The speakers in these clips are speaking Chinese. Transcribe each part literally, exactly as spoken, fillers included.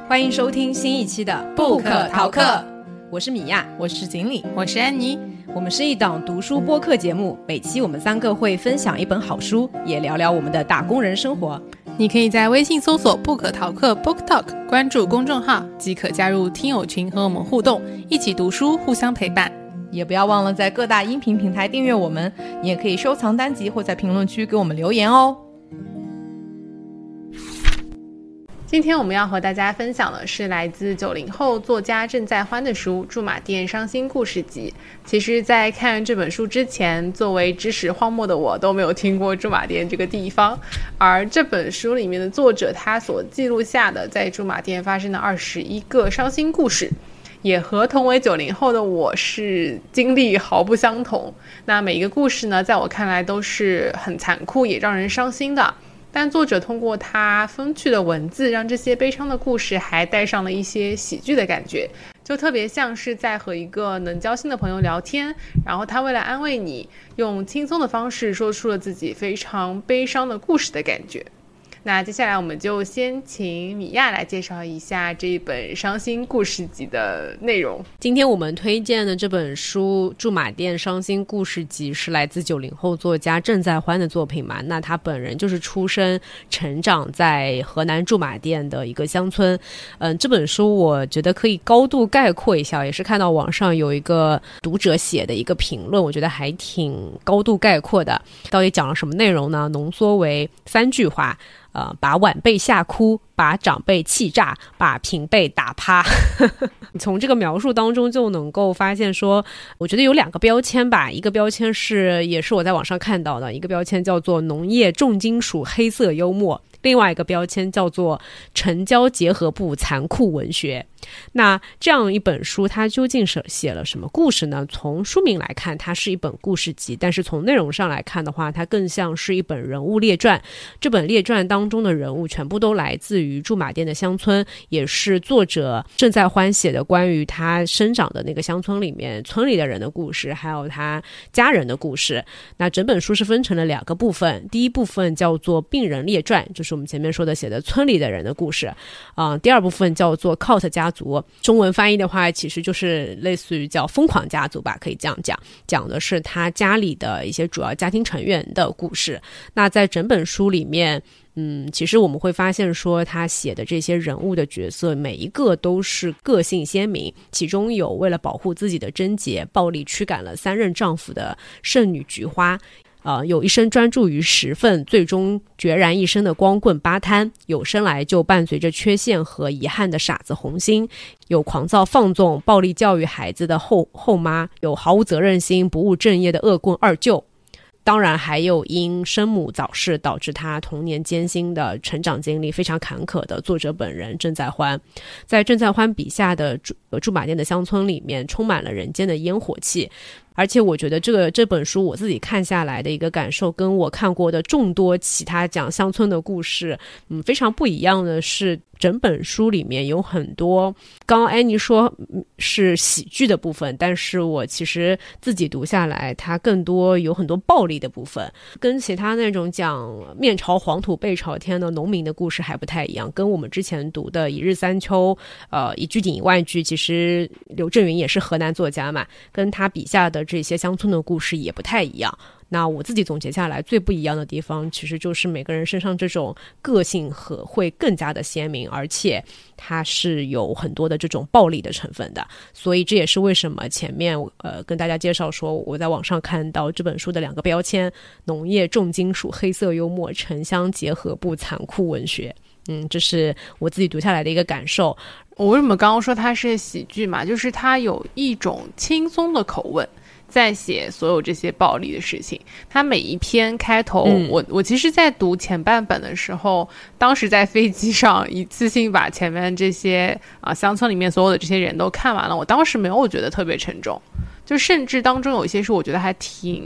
欢迎收听新一期的不可逃课，我是米娅， 我是锦鲤， 我是安妮。 我们是一档读书播客节目，每期我们三个会分享一本好书，也聊聊我们的打工人生活。 你可以在微信搜索不可逃课 Book Talk， 关注公众号即可加入听友群和我们互动，一起读书，互相陪伴。 也不要忘了在各大音频平台订阅我们，你也可以收藏单集或在评论区给我们留言哦。 今天我们要和大家分享的是来自九零后作家郑在欢的书《驻马店伤心故事集》。其实在看这本书之前，作为知识荒漠的我都没有听过驻马店这个地方，而这本书里面的作者他所记录下的在驻马店发生的二十一个伤心故事，也和同为九零后的我是经历毫不相同。那每一个故事呢，在我看来都是很残酷也让人伤心的，但作者通过他风趣的文字，让这些悲伤的故事还带上了一些喜剧的感觉，就特别像是在和一个能交心的朋友聊天，然后他为了安慰你，用轻松的方式说出了自己非常悲伤的故事的感觉。那接下来我们就先请米娅来介绍一下这一本伤心故事集的内容。 今天我们推荐的这本书《驻马店伤心故事集》是来自九零后作家郑在欢的作品嘛，那他本人就是出生成长在河南驻马店的一个乡村。嗯，这本书我觉得可以高度概括一下，也是看到网上有一个读者写的一个评论，我觉得还挺高度概括的。到底讲了什么内容呢？浓缩为三句话，呃，把晚辈吓哭，把长辈气炸，把平辈打趴。从这个描述当中就能够发现说，我觉得有两个标签吧，一个标签是也是我在网上看到的，一个标签叫做农业重金属黑色幽默，另外一个标签叫做城郊结合部残酷文学。那这样一本书它究竟是写了什么故事呢？从书名来看它是一本故事集，但是从内容上来看的话，它更像是一本人物列传。这本列传当中的人物全部都来自于驻马店的乡村，也是作者郑在欢写的关于他生长的那个乡村里面村里的人的故事，还有他家人的故事。那整本书是分成了两个部分，第一部分叫做病人列传，就是我们前面说的写的村里的人的故事、呃、第二部分叫做 Cult 家族，中文翻译的话其实就是类似于叫疯狂家族吧，可以这样讲，讲的是他家里的一些主要家庭成员的故事。那在整本书里面嗯，其实我们会发现说他写的这些人物的角色每一个都是个性鲜明，其中有为了保护自己的贞洁暴力驱赶了三任丈夫的剩女菊花，呃，有一生专注于食粪最终决然一生的光棍八摊，有生来就伴随着缺陷和遗憾的傻子红心，有狂躁放纵暴力教育孩子的后后妈，有毫无责任心不务正业的恶棍二舅，当然还有因生母早逝导致他童年艰辛的成长经历非常坎坷的作者本人郑在欢。在郑在欢笔下的驻驻马店的乡村里面充满了人间的烟火气，而且我觉得这个这本书我自己看下来的一个感受跟我看过的众多其他讲乡村的故事嗯，非常不一样的是，整本书里面有很多刚刚安妮说是喜剧的部分，但是我其实自己读下来它更多有很多暴力的部分，跟其他那种讲面朝黄土背朝天的农民的故事还不太一样，跟我们之前读的一日三秋呃，一句顶一万句，其实刘震云也是河南作家嘛，跟他笔下的这些乡村的故事也不太一样。那我自己总结下来最不一样的地方其实就是每个人身上这种个性和会更加的鲜明，而且它是有很多的这种暴力的成分的。所以这也是为什么前面呃跟大家介绍说我在网上看到这本书的两个标签，农业重金属黑色幽默，城乡结合部残酷文学。嗯，这是我自己读下来的一个感受。 我为什么刚刚说它是喜剧嘛，就是它有一种轻松的口吻在写所有这些暴力的事情。他每一篇开头、嗯、我我其实在读前半本的时候，当时在飞机上一次性把前面这些啊乡村里面所有的这些人都看完了，我当时没有觉得特别沉重，就甚至当中有一些是我觉得还挺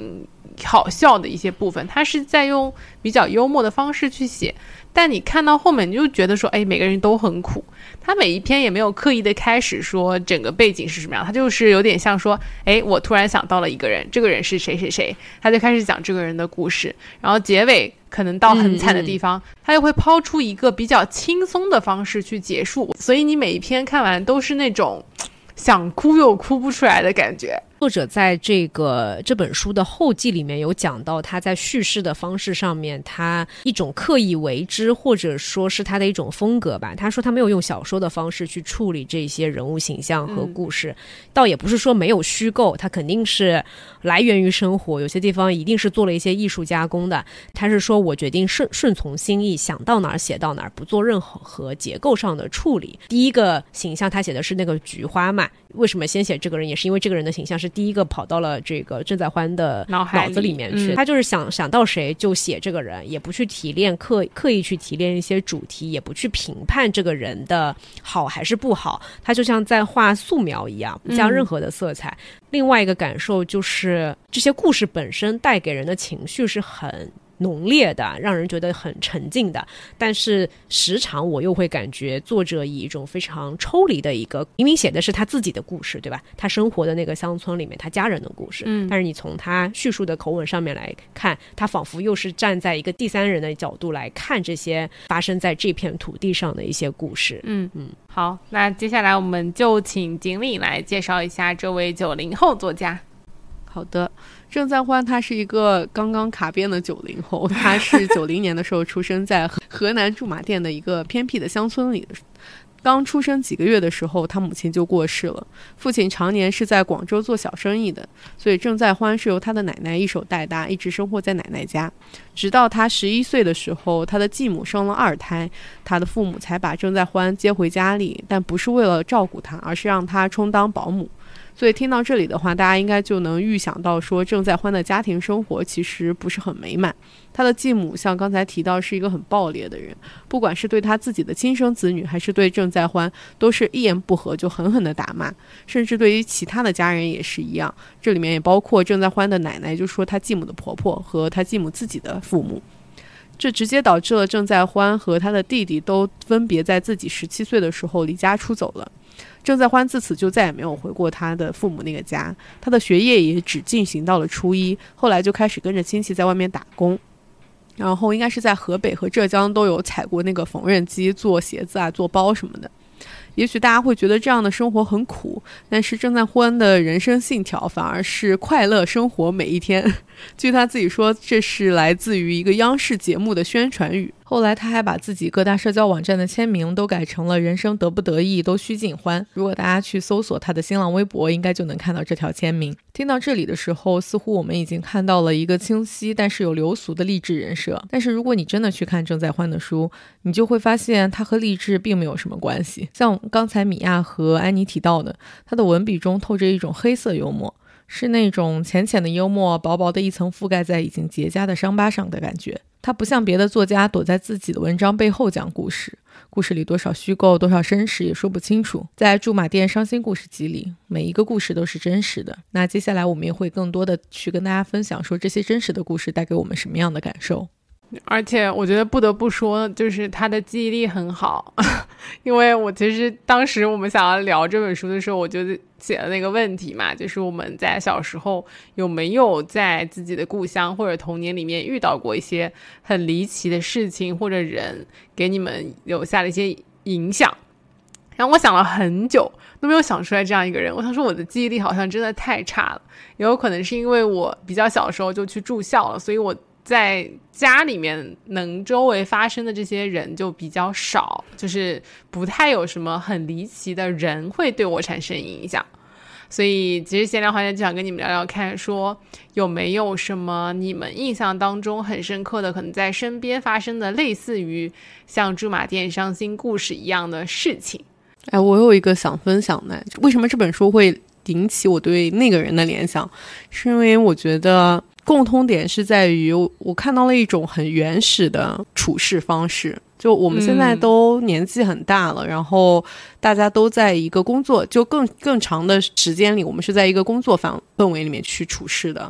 好笑的一些部分，他是在用比较幽默的方式去写，但你看到后面你就觉得说，哎，每个人都很苦。他每一篇也没有刻意的开始说整个背景是什么样，他就是有点像说，哎，我突然想到了一个人，这个人是谁谁谁，他就开始讲这个人的故事，然后结尾可能到很惨的地方，嗯嗯他就会抛出一个比较轻松的方式去结束，所以你每一篇看完都是那种想哭又哭不出来的感觉。 作者在这个这本书的后记里面有讲到，他在叙事的方式上面，他一种刻意为之，或者说是他的一种风格吧。他说他没有用小说的方式去处理这些人物形象和故事，嗯、倒也不是说没有虚构，他肯定是来源于生活，有些地方一定是做了一些艺术加工的。他是说我决定顺顺从心意，想到哪儿写到哪儿，不做任何结构上的处理。第一个形象他写的是那个菊花嘛，为什么先写这个人，也是因为这个人的形象是第一个跑到了这个郑在欢的脑子里面去，嗯、他就是想想到谁就写这个人，也不去提炼刻刻意去提炼一些主题，也不去评判这个人的好还是不好，他就像在画素描一样，不加任何的色彩。嗯、另外一个感受就是这些故事本身带给人的情绪是很浓烈的，让人觉得很沉静的，但是时常我又会感觉作者以一种非常抽离的一个，明明写的是他自己的故事，对吧，他生活的那个乡村里面他家人的故事，嗯，但是你从他叙述的口吻上面来看，他仿佛又是站在一个第三人的角度来看这些发生在这片土地上的一些故事。 嗯嗯，好，那接下来我们就请锦鲤来介绍一下这位九零后作家。 好的，郑在欢他是一个刚刚卡边的九零后，他是九零年的时候出生在河南驻马店的一个偏僻的乡村里的。刚出生几个月的时候，他母亲就过世了，父亲常年是在广州做小生意的，所以郑在欢是由他的奶奶一手带大，一直生活在奶奶家。直到他十一岁的时候，他的继母生了二胎，他的父母才把郑在欢接回家里，但不是为了照顾他，而是让他充当保姆。所以听到这里的话，大家应该就能预想到说郑在欢的家庭生活其实不是很美满。他的继母像刚才提到是一个很暴烈的人，不管是对他自己的亲生子女还是对郑在欢，都是一言不合就狠狠的打骂，甚至对于其他的家人也是一样，这里面也包括郑在欢的奶奶，就说他继母的婆婆和他继母自己的父母。这直接导致了郑在欢和他的弟弟都分别在自己十七岁的时候离家出走了。郑在欢自此就再也没有回过他的父母那个家，他的学业也只进行到了初一，后来就开始跟着亲戚在外面打工，然后应该是在河北和浙江都有踩过那个缝纫机做鞋子啊做包什么的。也许大家会觉得这样的生活很苦，但是郑在欢的人生信条反而是快乐生活每一天。据他自己说，这是来自于一个央视节目的宣传语。后来他还把自己各大社交网站的签名都改成了人生得不得意都须尽欢，如果大家去搜索他的新浪微博，应该就能看到这条签名。听到这里的时候，似乎我们已经看到了一个清晰但是有流俗的励志人设，但是如果你真的去看郑在欢的书，你就会发现他和励志并没有什么关系。像刚才米娅和安妮提到的，他的文笔中透着一种黑色幽默，是那种浅浅的幽默，薄薄的一层覆盖在已经结痂的伤疤上的感觉。他不像别的作家躲在自己的文章背后讲故事，故事里多少虚构多少真实也说不清楚。在驻马店伤心故事集里，每一个故事都是真实的。那接下来我们也会更多的去跟大家分享说这些真实的故事带给我们什么样的感受。 而且我觉得不得不说，就是他的记忆力很好因为我其实当时我们想要聊这本书的时候，我就写了那个问题嘛，就是我们在小时候有没有在自己的故乡或者童年里面遇到过一些很离奇的事情或者人，给你们留下了一些影响。然后我想了很久都没有想出来这样一个人，我想说我的记忆力好像真的太差了，也有可能是因为我比较小的时候就去住校了，所以我在家里面能周围发生的这些人就比较少，就是不太有什么很离奇的人会对我产生影响。所以其实闲聊环节就想跟你们聊聊看，说有没有什么你们印象当中很深刻的，可能在身边发生的类似于像驻马店伤心故事一样的事情。 哎，我有一个想分享的，为什么这本书会引起我对那个人的联想，是因为我觉得共通点是在于我看到了一种很原始的处事方式。就我们现在都年纪很大了、嗯、然后大家都在一个工作就更更长的时间里，我们是在一个工作氛围里面去处事的。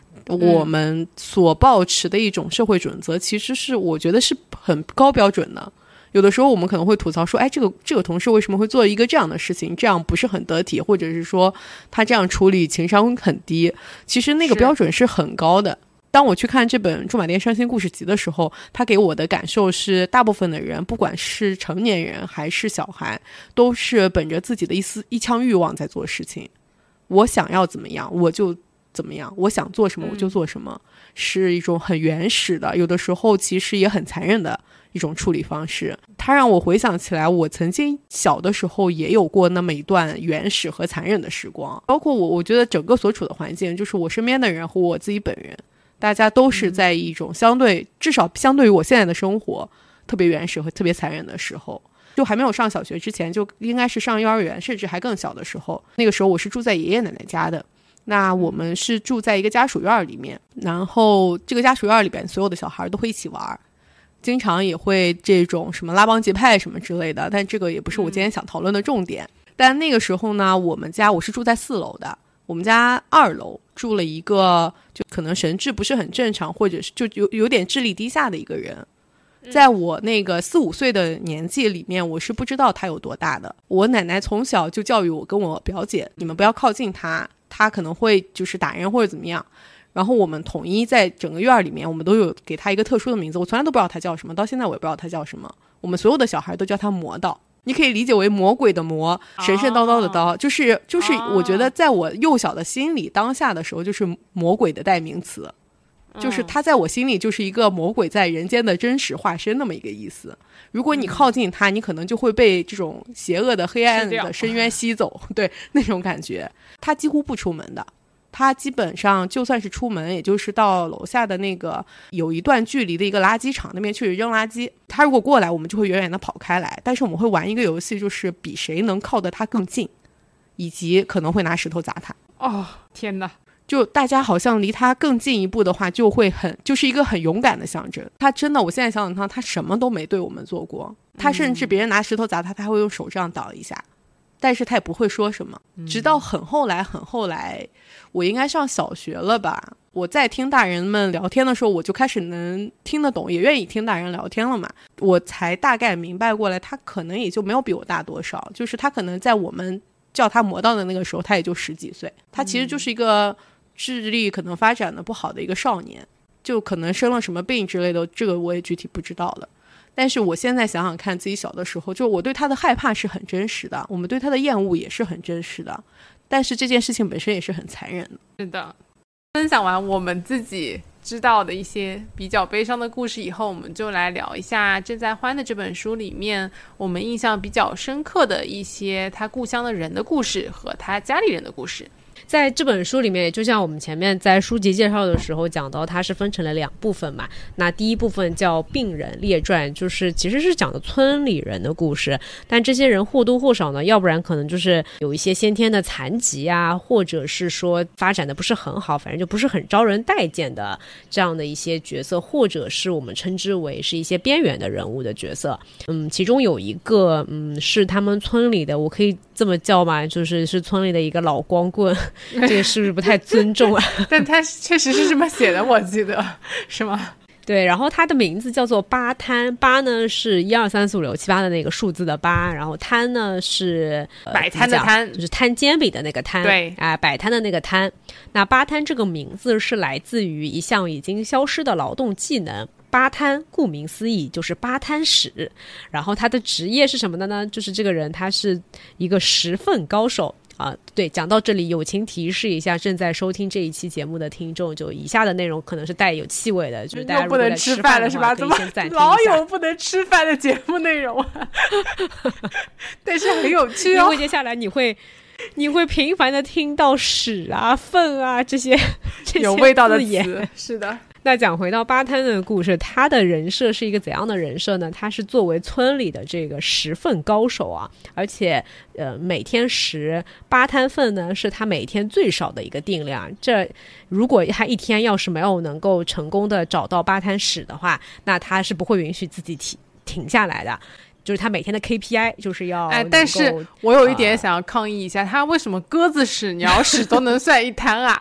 我们所抱持的一种社会准则其实是我觉得是很高标准的。有的时候我们可能会吐槽说，哎，这个这个同事为什么会做一个这样的事情，这样不是很得体，或者是说他这样处理情商很低，其实那个标准是很高的。当我去看这本《驻马店伤心故事集》的时候，他给我的感受是，大部分的人不管是成年人还是小孩，都是本着自己的一丝一腔欲望在做事情。我想要怎么样我就怎么样，我想做什么我就做什么、嗯、是一种很原始的，有的时候其实也很残忍的一种处理方式。它让我回想起来，我曾经小的时候也有过那么一段原始和残忍的时光，包括我我觉得整个所处的环境，就是我身边的人和我自己本人，大家都是在一种相对、嗯、至少相对于我现在的生活特别原始和特别残忍的时候。就还没有上小学之前，就应该是上幼儿园甚至还更小的时候，那个时候我是住在爷爷奶奶家的，那我们是住在一个家属院里面，然后这个家属院里边所有的小孩都会一起玩，经常也会这种什么拉帮结派什么之类的，但这个也不是我今天想讨论的重点、嗯、但那个时候呢，我们家我是住在四楼的，我们家二楼住了一个就可能神智不是很正常，或者是就有有点智力低下的一个人。在我那个四五岁的年纪里面，我是不知道他有多大的。我奶奶从小就教育我跟我表姐，你们不要靠近他，他可能会就是打人或者怎么样。然后我们统一在整个院里面，我们都有给他一个特殊的名字，我从来都不知道他叫什么，到现在我也不知道他叫什么。我们所有的小孩都叫他魔道，你可以理解为魔鬼的魔，神神叨叨的叨、哦、就是就是我觉得在我幼小的心里，当下的时候就是魔鬼的代名词，就是他在我心里就是一个魔鬼在人间的真实化身那么一个意思。如果你靠近他、嗯、你可能就会被这种邪恶的黑暗的深渊吸走，对，那种感觉。他几乎不出门的，他基本上就算是出门也就是到楼下的那个有一段距离的一个垃圾场那边去扔垃圾，他如果过来我们就会远远的跑开来，但是我们会玩一个游戏，就是比谁能靠得他更近，以及可能会拿石头砸他。 哦，天哪， 就大家好像离他更近一步的话就会很就是一个很勇敢的象征。他真的我现在想想他他什么都没对我们做过，他甚至别人拿石头砸他他会用手这样挡一下，但是他也不会说什么。直到很后来很后来我应该上小学了吧，我在听大人们聊天的时候，我就开始能听得懂，也愿意听大人聊天了嘛，我才大概明白过来他可能也就没有比我大多少，就是他可能在我们叫他魔道的那个时候他也就十几岁，他其实就是一个智力可能发展的不好的一个少年，就可能生了什么病之类的，这个我也具体不知道了。但是我现在想想看自己小的时候，就我对他的害怕是很真实的，我们对他的厌恶也是很真实的，但是这件事情本身也是很残忍的。 是的，分享完我们自己知道的一些比较悲伤的故事以后，我们就来聊一下正在欢的这本书里面我们印象比较深刻的一些他故乡的人的故事和他家里人的故事。 在这本书里面，就像我们前面在书籍介绍的时候讲到，它是分成了两部分嘛。那第一部分叫病人列传，就是其实是讲的村里人的故事，但这些人或多或少呢，要不然可能就是有一些先天的残疾啊，或者是说发展的不是很好，反正就不是很招人待见的这样的一些角色，或者是我们称之为是一些边缘的人物的角色。嗯，其中有一个嗯是他们村里的，我可以这么叫吗？就是是村里的一个老光棍。这个是不是不太尊重啊？ 但他确实是这么写的，我记得是吗？ 对，然后他的名字叫做八摊，八呢是一二三四五六七八的那个数字的八，然后摊呢是、呃、 摆摊的摊， 就是摊煎饼的那个摊， 对啊、呃，摆摊的那个摊。那八摊这个名字是来自于一项已经消失的劳动技能。八摊顾名思义就是八摊使，然后他的职业是什么的呢？就是这个人他是一个食粪高手啊。对，讲到这里友情提示一下正在收听这一期节目的听众，就以下的内容可能是带有气味的，就是大家如果在吃饭的话可以先暂停一下。 老有不能吃饭的节目内容啊但是很有趣哦， 因为接下来你会你会频繁的听到屎啊粪啊这些这些有味道的词。是的。 那讲回到八摊的故事，他的人设是一个怎样的人设呢？他是作为村里的这个食粪高手啊，而且呃每天食八摊粪呢是他每天最少的一个定量。这如果他一天要是没有能够成功的找到八摊屎的话，那他是不会允许自己停停下来的。就是他每天的 K P I 就是要哎， 但是我有一点想要抗议一下、呃、他为什么鸽子屎鸟屎都能算一摊啊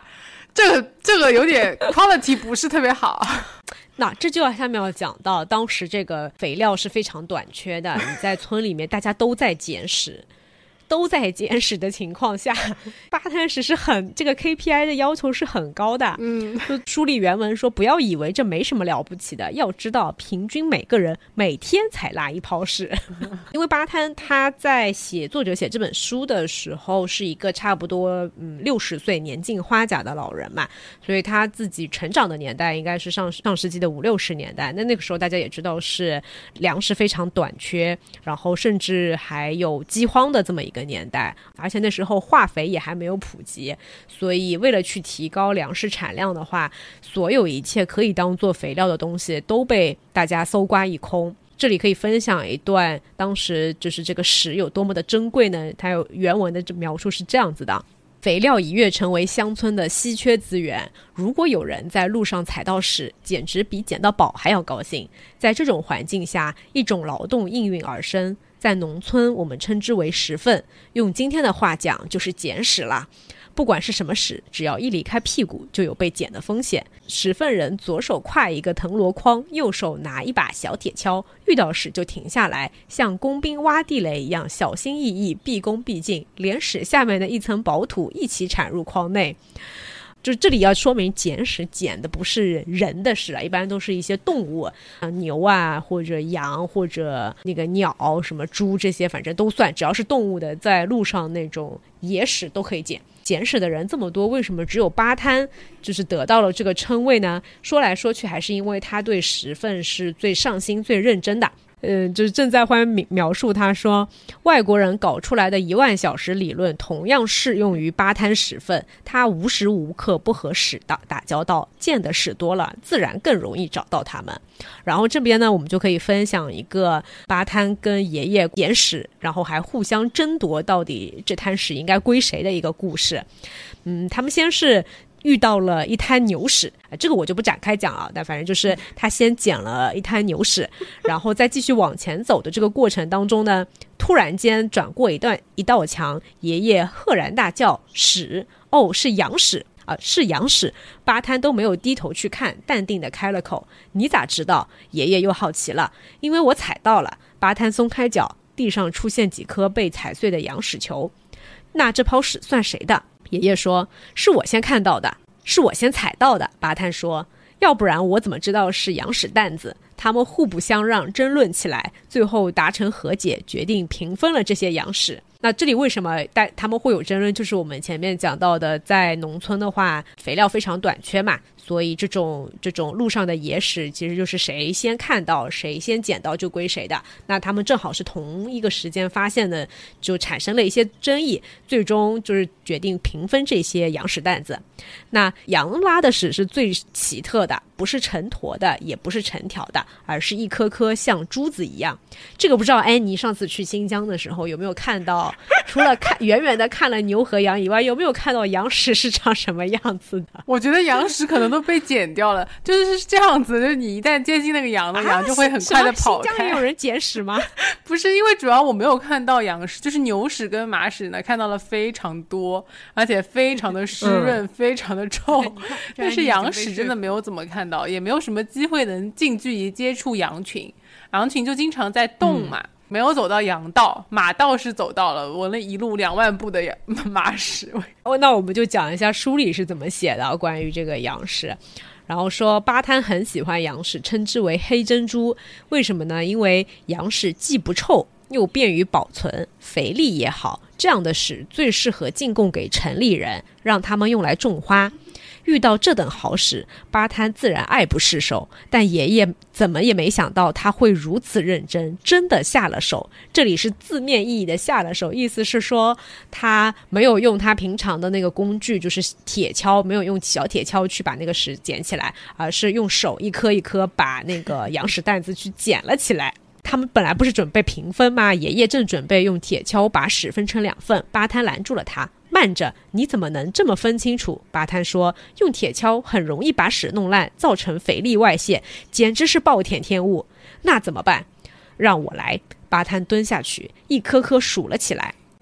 这个这个有点 quality 不是特别好。 那这就要下面要讲到，当时这个肥料是非常短缺的，你在村里面大家都在捡屎。都在捡屎的情况下，八滩石是很这个 K P I 的要求是很高的。嗯，就书里原文说，不要以为这没什么了不起的，要知道平均每个人每天才拉一泡屎。因为八滩他在写作者写这本书的时候是一个差不多嗯六十岁年近花甲的老人嘛，所以他自己成长的年代应该是上上世纪的五六十年代。那那个时候大家也知道是粮食非常短缺，然后甚至还有饥荒的这么一个年代，而且那时候化肥也还没有普及，所以为了去提高粮食产量的话，所有一切可以当做肥料的东西都被大家搜刮一空。这里可以分享一段当时就是这个屎有多么的珍贵呢？它有原文的描述是这样子的：肥料一跃成为乡村的稀缺资源，如果有人在路上踩到屎，简直比捡到宝还要高兴。在这种环境下，一种劳动应运而生，在农村我们称之为食粪，用今天的话讲就是捡屎啦。不管是什么屎，只要一离开屁股就有被捡的风险。屎粪人左手挎一个藤箩筐，右手拿一把小铁锹，遇到屎就停下来，像工兵挖地雷一样小心翼翼，毕恭毕敬，连屎下面的一层薄土一起铲入筐内。就这里要说明捡屎捡的不是人的屎啊，一般都是一些动物啊，牛啊或者羊或者那个鸟什么猪这些反正都算，只要是动物的在路上那种野屎都可以捡。捡屎的人这么多，为什么只有八滩就是得到了这个称谓呢？说来说去还是因为他对食粪是最上心最认真的。嗯，就是郑在欢描述他说，外国人搞出来的一万小时理论同样适用于八滩屎粪，他无时无刻不和屎打打交道，见的屎多了，自然更容易找到他们。然后这边呢，我们就可以分享一个八滩跟爷爷捡屎，然后还互相争夺到底这滩屎应该归谁的一个故事。嗯，他们先是遇到了一滩牛屎，这个我就不展开讲了，但反正就是他先捡了一滩牛屎，然后再继续往前走的这个过程当中呢，突然间转过一段一道墙，爷爷赫然大叫：屎！哦，是羊屎啊，是羊屎！八滩都没有低头去看，淡定地开了口：你咋知道？爷爷又好奇了。因为我踩到了。八滩松开脚，地上出现几颗被踩碎的羊屎球。那这泡屎算谁的？爷爷说：是我先看到的，是我先踩到的。八滩说：要不然我怎么知道是羊屎蛋子？他们互不相让，争论起来，最后达成和解，决定平分了这些羊屎。那这里为什么他们会有争论，就是我们前面讲到的，在农村的话肥料非常短缺嘛，所以这种这种路上的野屎其实就是谁先看到谁先捡到就归谁的。那他们正好是同一个时间发现的，就产生了一些争议，最终就是决定平分这些羊屎蛋子。那羊拉的屎是最奇特的，不是成坨的，也不是成条的，而是一颗颗像珠子一样。这个不知道安妮上次去新疆的时候有没有看到，除了看远远的看了牛和羊以外，有没有看到羊屎是长什么样子的？ 我觉得羊屎可能都被剪掉了，就是这样子，就是你一旦接近那个羊的、啊、羊就会很快的跑开。 新疆也有人捡屎吗？ 不是，因为主要我没有看到羊屎，就是牛屎跟马屎呢看到了非常多，而且非常的湿润、嗯、非常的臭，但是羊屎真的没有怎么看到，也没有什么机会能近距离接触羊群，羊群就经常在动嘛、嗯，没有走到羊道，马道是走到了，我那一路两万步的马屎。 哦，那我们就讲一下书里是怎么写的关于这个羊屎。然后说八滩很喜欢羊屎，称之为黑珍珠。为什么呢？因为羊屎既不臭又便于保存，肥力也好，这样的屎最适合进贡给城里人，让他们用来种花。遇到这等好屎，八滩自然爱不释手，但爷爷怎么也没想到他会如此认真，真的下了手。这里是字面意义的下了手，意思是说他没有用他平常的那个工具，就是铁锹，没有用小铁锹去把那个屎捡起来，而是用手一颗一颗把那个羊屎蛋子去捡了起来。他们本来不是准备平分吗？爷爷正准备用铁锹把屎分成两份，八滩拦住了他。慢着，你怎么能这么分清楚？八滩说，用铁锹很容易把屎弄烂，造成肥力外泄，简直是暴殄天物。那怎么办？让我来。八滩蹲下去，一颗颗数了起来。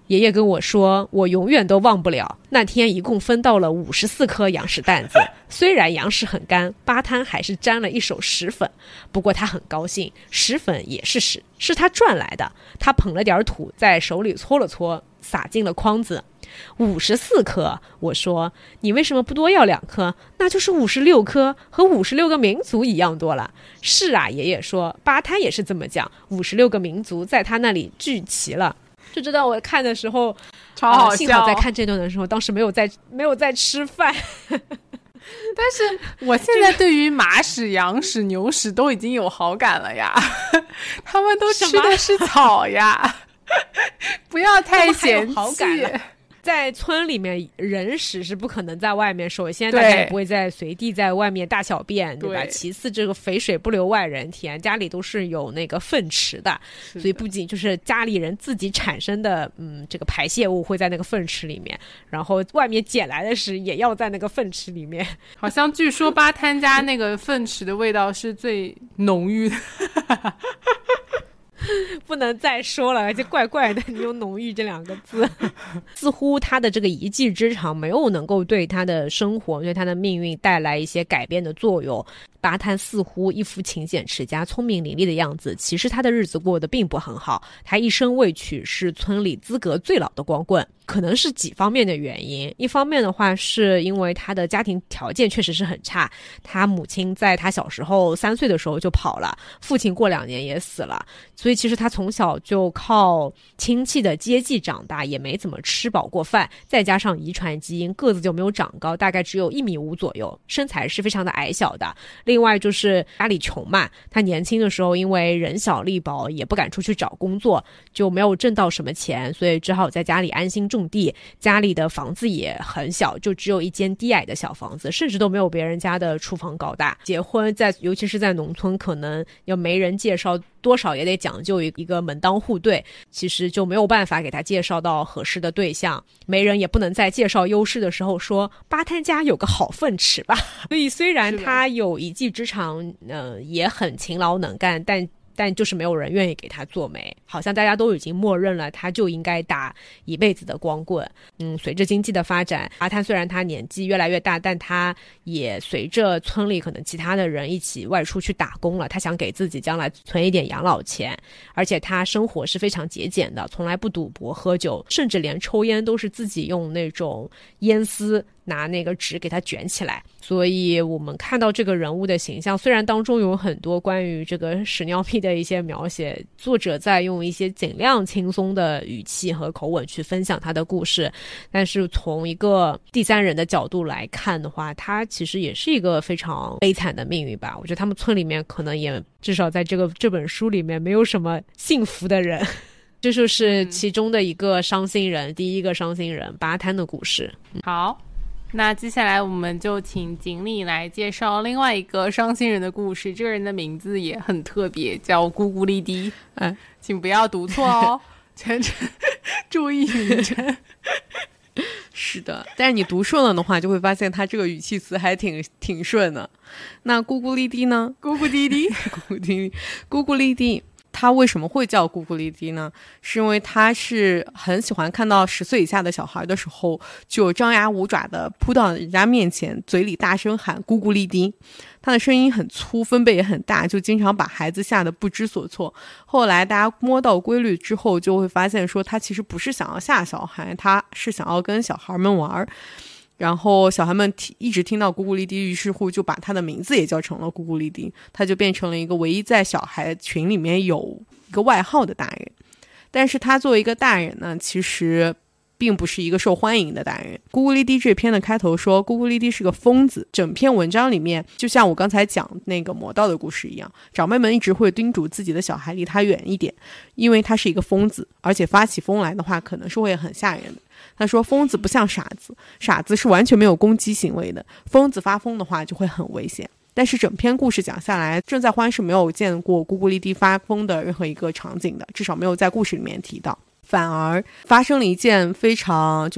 爷爷跟我说，我永远都忘不了那天一共分到了五十四颗羊屎蛋子，虽然羊屎很干，巴滩还是沾了一手屎粉，不过他很高兴，屎粉也是屎，是他赚来的。他捧了点土在手里搓了搓，撒进了筐子。五十四颗，我说你为什么不多要两颗？那就是五十六颗，和五十六个民族一样多了。是啊，爷爷说，巴滩也是这么讲，五十六个民族在他那里聚齐了。就知道我看的时候超好笑、呃、 幸好在看这段的时候当时没有在没有在吃饭但是我现在对于马屎、羊屎、牛屎都已经有好感了呀他们都吃的是草呀不要太嫌弃， 好感了。在村里面人屎是不可能在外面，首先大家也不会在随地在外面大小便， 对, 对吧？其次这个肥水不流外人田，家里都是有那个粪池的，所以不仅就是家里人自己产生的嗯这个排泄物会在那个粪池里面，然后外面捡来的屎也要在那个粪池里面。 好像据说巴滩家那个粪池的味道是最浓郁的不能再说了，而且怪怪的，你用浓郁这两个字似乎他的这个一技之长没有能够对他的生活对他的命运带来一些改变的作用。巴滩似乎一副勤俭持家聪明伶俐的样子，其实他的日子过得并不很好，他一生未娶，是村里资格最老的光棍。可能是几方面的原因，一方面的话是因为他的家庭条件确实是很差，他母亲在他小时候三岁的时候就跑了，父亲过两年也死了，所以其实他从小就靠亲戚的接济长大，也没怎么吃饱过饭，再加上遗传基因，个子就没有长高，大概只有一米五左右，身材是非常的矮小的。另外就是家里穷嘛，他年轻的时候因为人小力薄，也不敢出去找工作，就没有挣到什么钱，所以只好在家里安心种地。家里的房子也很小，就只有一间低矮的小房子，甚至都没有别人家的厨房高大。结婚在尤其是在农村，可能要媒人介绍，多少也得讲究一个门当户对，其实就没有办法给他介绍到合适的对象。媒人也不能在介绍优势的时候说巴滩家有个好粪池吧。所以虽然他有一技之长，呃，也很勤劳能干，但但就是没有人愿意给他做媒，好像大家都已经默认了他就应该打一辈子的光棍。嗯，随着经济的发展，巴滩虽然他年纪越来越大，但他也随着村里可能其他的人一起外出去打工了，他想给自己将来存一点养老钱，而且他生活是非常节俭的，从来不赌博喝酒，甚至连抽烟都是自己用那种烟丝拿那个纸给它卷起来。所以我们看到这个人物的形象，虽然当中有很多关于这个屎尿屁的一些描写，作者在用一些尽量轻松的语气和口吻去分享他的故事，但是从一个第三人的角度来看的话，他其实也是一个非常悲惨的命运吧。我觉得他们村里面可能也至少在这个这本书里面没有什么幸福的人。这就是其中的一个伤心人、嗯、第一个伤心人巴滩的故事。 好，那接下来我们就请锦鲤来介绍另外一个伤心人的故事。这个人的名字也很特别，叫咕咕哩滴。哎，请不要读错哦，全程注意名称。 是的，但是你读顺了的话，就会发现他这个语气词还挺挺顺的。那咕咕哩滴呢？ 咕咕滴滴， 咕咕滴滴，咕咕哩滴。他为什么会叫咕咕哩滴呢？是因为他是很喜欢看到十岁以下的小孩的时候，就张牙舞爪的扑到人家面前，嘴里大声喊咕咕哩滴。他的声音很粗，分贝也很大，就经常把孩子吓得不知所措。后来大家摸到规律之后，就会发现说他其实不是想要吓小孩，他是想要跟小孩们玩。然后小孩们一直听到咕咕哩滴，于是乎就把他的名字也叫成了咕咕哩滴，他就变成了一个唯一在小孩群里面有一个外号的大人。但是他作为一个大人呢，其实并不是一个受欢迎的大人。咕咕哩滴这篇的开头说咕咕哩滴是个疯子，整篇文章里面就像我刚才讲那个魔道的故事一样，长辈们一直会叮嘱自己的小孩离他远一点，因为他是一个疯子，而且发起疯来的话可能是会很吓人的。他说疯子不像傻子，傻子是完全没有攻击行为的，疯子发疯的话就会很危险。但是整篇故事讲下来，郑在欢是没有见过咕咕哩滴发疯的任何一个场景的，至少没有在故事里面提到。反而发生了一件非常就是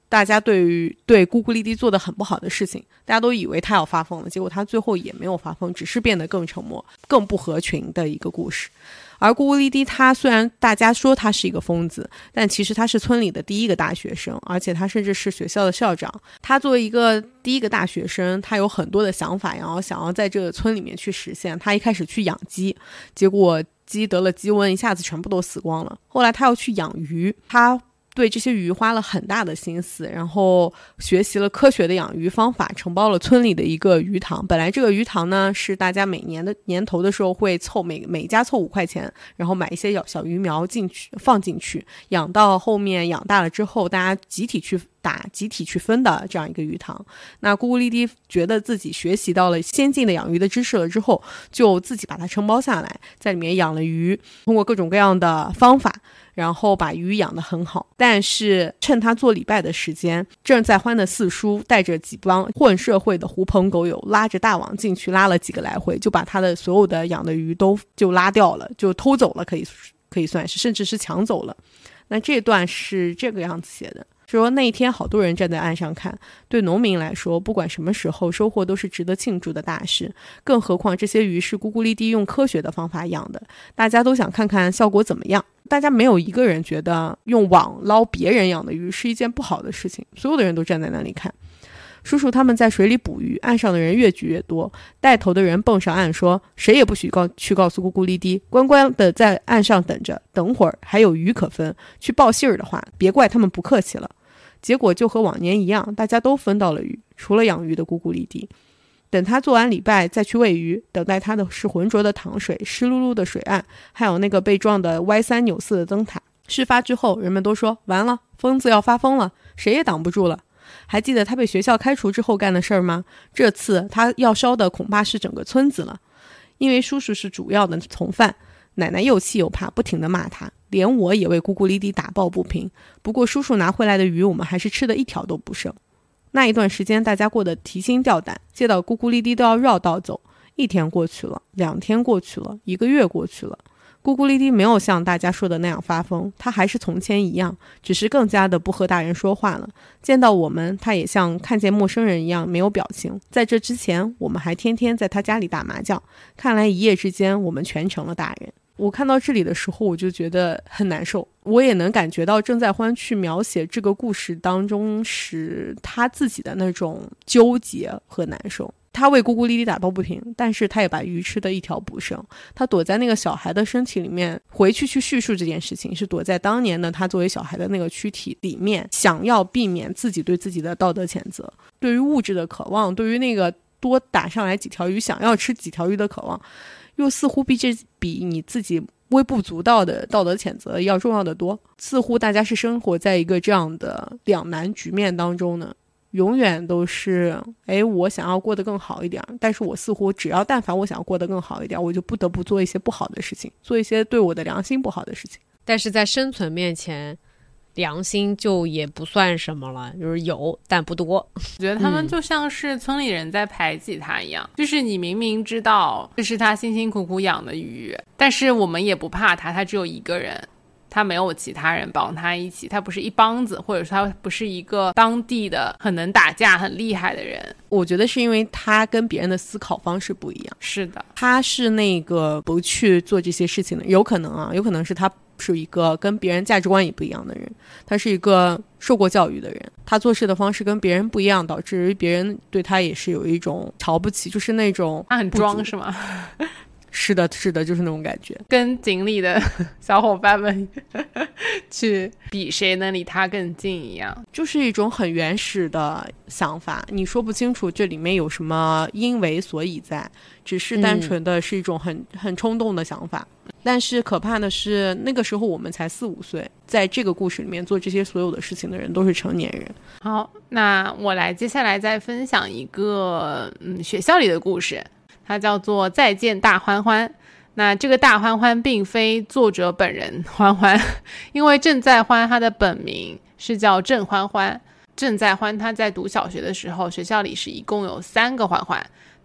大家对于对咕咕哩滴做的很不好的事情，大家都以为他要发疯了，结果他最后也没有发疯，只是变得更沉默更不合群的一个故事。而咕咕哩滴他虽然大家说他是一个疯子，但其实他是村里的第一个大学生，而且他甚至是学校的校长。他作为一个第一个大学生，他有很多的想法，然后想要在这个村里面去实现。他一开始去养鸡，结果鸡得了鸡瘟，一下子全部都死光了。后来他要去养鱼，他对这些鱼花了很大的心思，然后学习了科学的养鱼方法，承包了村里的一个鱼塘。本来这个鱼塘呢是大家每年的年头的时候会凑每每家凑五块钱，然后买一些小小鱼苗进去放进去，养到后面养大了之后，大家集体去打集体去分的这样一个鱼塘。那咕咕哩滴觉得自己学习到了先进的养鱼的知识了之后，就自己把它承包下来，在里面养了鱼，通过各种各样的方法，然后把鱼养得很好。但是趁他做礼拜的时间，正在欢的四叔带着几帮混社会的狐朋狗友，拉着大网进去拉了几个来回，就把他的所有的养的鱼都就拉掉了，就偷走了，可以可以算是，甚至是抢走了。那这段是这个样子写的，说那一天好多人站在岸上看，对农民来说，不管什么时候收获都是值得庆祝的大事，更何况这些鱼是咕咕哩滴用科学的方法养的，大家都想看看效果怎么样。大家没有一个人觉得用网捞别人养的鱼是一件不好的事情，所有的人都站在那里看。叔叔他们在水里捕鱼，岸上的人越聚越多，带头的人蹦上岸说，谁也不许告去告诉咕咕哩滴，乖乖的在岸上等着，等会儿还有鱼可分，去报信儿的话别怪他们不客气了。结果就和往年一样，大家都分到了鱼，除了养鱼的咕咕哩滴。等他做完礼拜再去喂鱼，等待他的是浑浊的糖水，湿漉漉的水岸，还有那个被撞得歪三扭四的灯塔。事发之后，人们都说完了，疯子要发疯了，谁也挡不住了。还记得他被学校开除之后干的事儿吗？这次他要烧的恐怕是整个村子了。因为叔叔是主要的从犯，奶奶又气又怕，不停地骂他，连我也为咕咕哩滴打抱不平。不过叔叔拿回来的鱼，我们还是吃的一条都不剩。那一段时间大家过得提心吊胆，见到咕咕哩滴都要绕道走。一天过去了，两天过去了，一个月过去了，咕咕哩滴没有像大家说的那样发疯，他还是从前一样，只是更加的不和大人说话了。见到我们，他也像看见陌生人一样没有表情。在这之前，我们还天天在他家里打麻将，看来一夜之间我们全成了大人。我看到这里的时候，我就觉得很难受。我也能感觉到郑在欢去描写这个故事当中时他自己的那种纠结和难受。他为咕咕哩滴打抱不平，但是他也把鱼吃的一条不剩。他躲在那个小孩的身体里面，回去去叙述这件事情，是躲在当年的他作为小孩的那个躯体里面，想要避免自己对自己的道德谴责，对于物质的渴望，对于那个多打上来几条鱼想要吃几条鱼的渴望，又似乎比这比你自己微不足道的道德谴责要重要的多。似乎大家是生活在一个这样的两难局面当中呢，永远都是哎，我想要过得更好一点，但是我似乎只要但凡我想要过得更好一点，我就不得不做一些不好的事情，做一些对我的良心不好的事情。 但是在生存面前，良心就也不算什么了，就是有但不多。 我觉得他们就像是村里人在排挤他一样、嗯、就是你明明知道这是他辛辛苦苦养的鱼，但是我们也不怕他，他只有一个人，他没有其他人帮他一起，他不是一帮子，或者说他不是一个当地的很能打架很厉害的人。 我觉得是因为他跟别人的思考方式不一样。 是的， 他是那个不去做这些事情的，有可能啊，有可能是他是一个跟别人价值观也不一样的人，他是一个受过教育的人，他做事的方式跟别人不一样，导致别人对他也是有一种瞧不起，就是那种他很装是吗？ 是的是的，就是那种感觉， 跟井里的小伙伴们去比谁能离他更近一样， 就是一种很原始的想法，你说不清楚这里面有什么因为所以在，只是单纯的是一种很、嗯、很冲动的想法。但是可怕的是那个时候我们才四五岁，在这个故事里面做这些所有的事情的人都是成年人。 好，那我来接下来再分享一个嗯学校里的故事，它叫做再见大欢欢。那这个大欢欢并非作者本人欢欢，因为郑在欢他的本名是叫郑欢欢。郑在欢他在读小学的时候，学校里是一共有三个欢欢，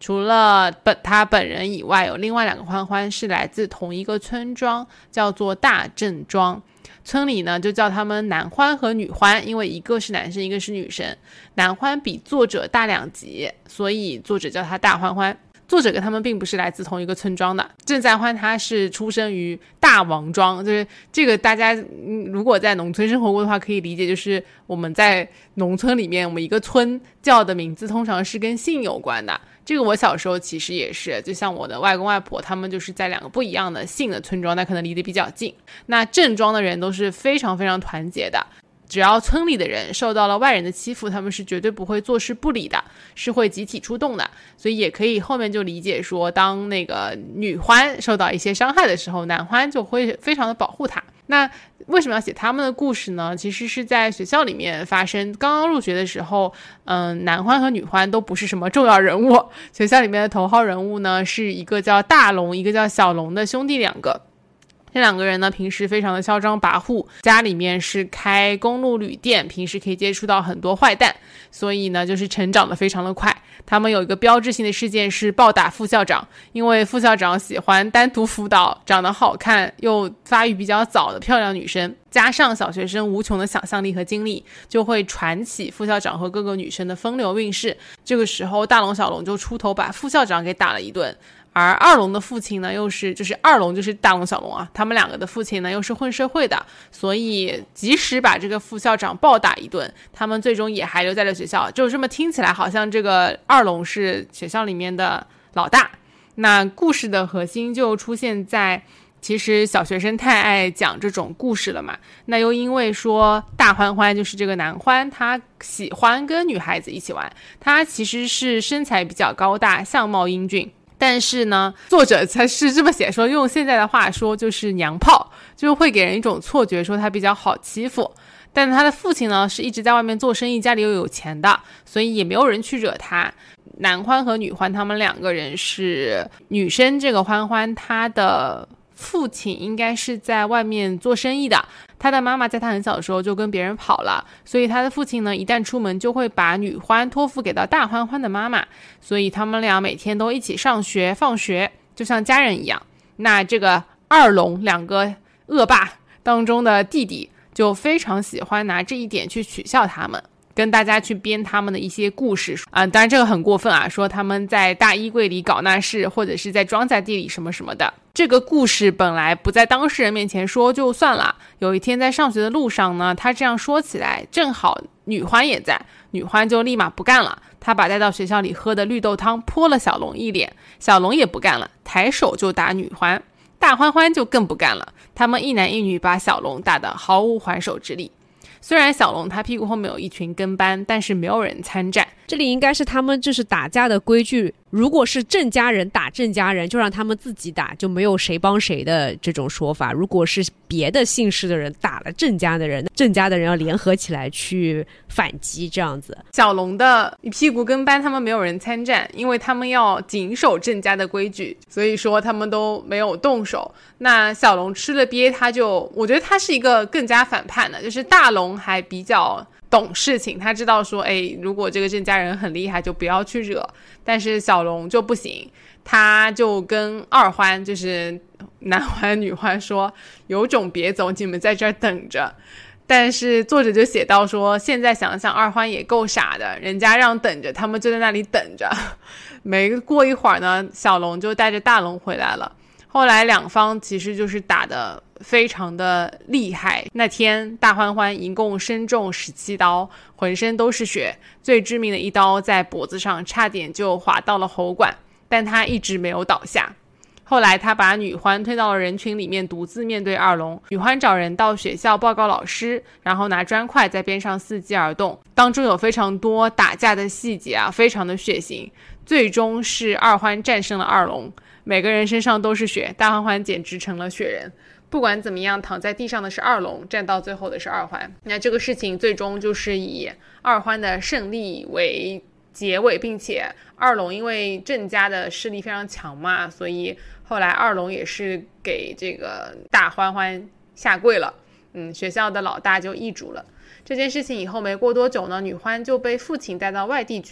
除了本他本人以外，有另外两个欢欢是来自同一个村庄，叫做大正庄。村里呢就叫他们男欢和女欢，因为一个是男生一个是女生。男欢比作者大两级，所以作者叫他大欢欢。作者跟他们并不是来自同一个村庄的，郑在欢他是出生于大王庄，就是这个大家、嗯、如果在农村生活过的话可以理解，就是我们在农村里面我们一个村叫的名字通常是跟姓有关的，这个我小时候其实也是，就像我的外公外婆他们就是在两个不一样的姓的村庄，那可能离得比较近。那郑庄的人都是非常非常团结的，只要村里的人受到了外人的欺负，他们是绝对不会坐视不理的，是会集体出动的。所以也可以后面就理解说，当那个女欢受到一些伤害的时候，男欢就会非常的保护她。那为什么要写他们的故事呢？其实是在学校里面发生，刚刚入学的时候，嗯，男欢和女欢都不是什么重要人物，学校里面的头号人物呢是一个叫大龙一个叫小龙的兄弟两个。这两个人呢平时非常的嚣张跋扈，家里面是开公路旅店，平时可以接触到很多坏蛋，所以呢就是成长的非常的快。他们有一个标志性的事件是暴打副校长，因为副校长喜欢单独辅导长得好看又发育比较早的漂亮女生，加上小学生无穷的想象力和精力，就会传起副校长和各个女生的风流韵事。这个时候大龙小龙就出头把副校长给打了一顿，而二龙的父亲呢又是就是二龙就是大龙小龙啊，他们两个的父亲呢又是混社会的，所以即使把这个副校长暴打一顿，他们最终也还留在了学校。就这么听起来好像这个二龙是学校里面的老大。那故事的核心就出现在，其实小学生太爱讲这种故事了嘛，那又因为说大欢欢就是这个男欢，他喜欢跟女孩子一起玩，他其实是身材比较高大，相貌英俊，但是呢作者才是这么写，说用现在的话说就是娘炮，就会给人一种错觉说他比较好欺负。但他的父亲呢是一直在外面做生意，家里又有钱的，所以也没有人去惹他。男欢和女欢他们两个人是，女生这个欢欢她的父亲应该是在外面做生意的，他的妈妈在他很小的时候就跟别人跑了，所以他的父亲呢一旦出门就会把女欢托付给到大欢欢的妈妈，所以他们俩每天都一起上学放学，就像家人一样。那这个二龙两个恶霸当中的弟弟就非常喜欢拿这一点去取笑他们，跟大家去编他们的一些故事啊、呃，当然这个很过分啊，说他们在大衣柜里搞那事，或者是在庄稼地里什么什么的。这个故事本来不在当事人面前说就算了，有一天在上学的路上呢，他这样说起来，正好女欢也在，女欢就立马不干了，他把带到学校里喝的绿豆汤泼了小龙一脸，小龙也不干了，抬手就打女欢。大欢欢就更不干了，他们一男一女把小龙打得毫无还手之力。虽然小龙他屁股后面有一群跟班，但是没有人参战。 这里应该是他们就是打架的规矩，如果是郑家人打郑家人就让他们自己打，就没有谁帮谁的这种说法。如果是别的姓氏的人打了郑家的人，郑家的人要联合起来去反击，这样子。 小龙的一屁股跟班他们没有人参战，因为他们要谨守郑家的规矩，所以说他们都没有动手。那小龙吃了鳖，他就我觉得他是一个更加反叛的，就是大龙还比较懂事情，他知道说哎，如果这个郑家人很厉害就不要去惹，但是小龙就不行，他就跟二欢就是男欢女欢说有种别走，你们在这儿等着。但是作者就写到说，现在想想二欢也够傻的，人家让等着他们就在那里等着。没过一会儿呢，小龙就带着大龙回来了。后来两方其实就是打得非常的厉害，那天大欢欢一共身中十七刀，浑身都是血，最致命的一刀在脖子上，差点就划到了喉管，但他一直没有倒下。后来他把女欢推到了人群里面，独自面对二龙。女欢找人到学校报告老师，然后拿砖块在边上伺机而动，当中有非常多打架的细节啊，非常的血腥。最终是二欢战胜了二龙，每个人身上都是血，大欢欢简直成了雪人。不管怎么样，躺在地上的是二龙，站到最后的是二欢。那这个事情最终就是以二欢的胜利为结尾，并且二龙因为郑家的势力非常强嘛，所以后来二龙也是给这个大欢欢下跪了，嗯，学校的老大就易主了。这件事情以后没过多久呢，女欢就被父亲带到外地去了。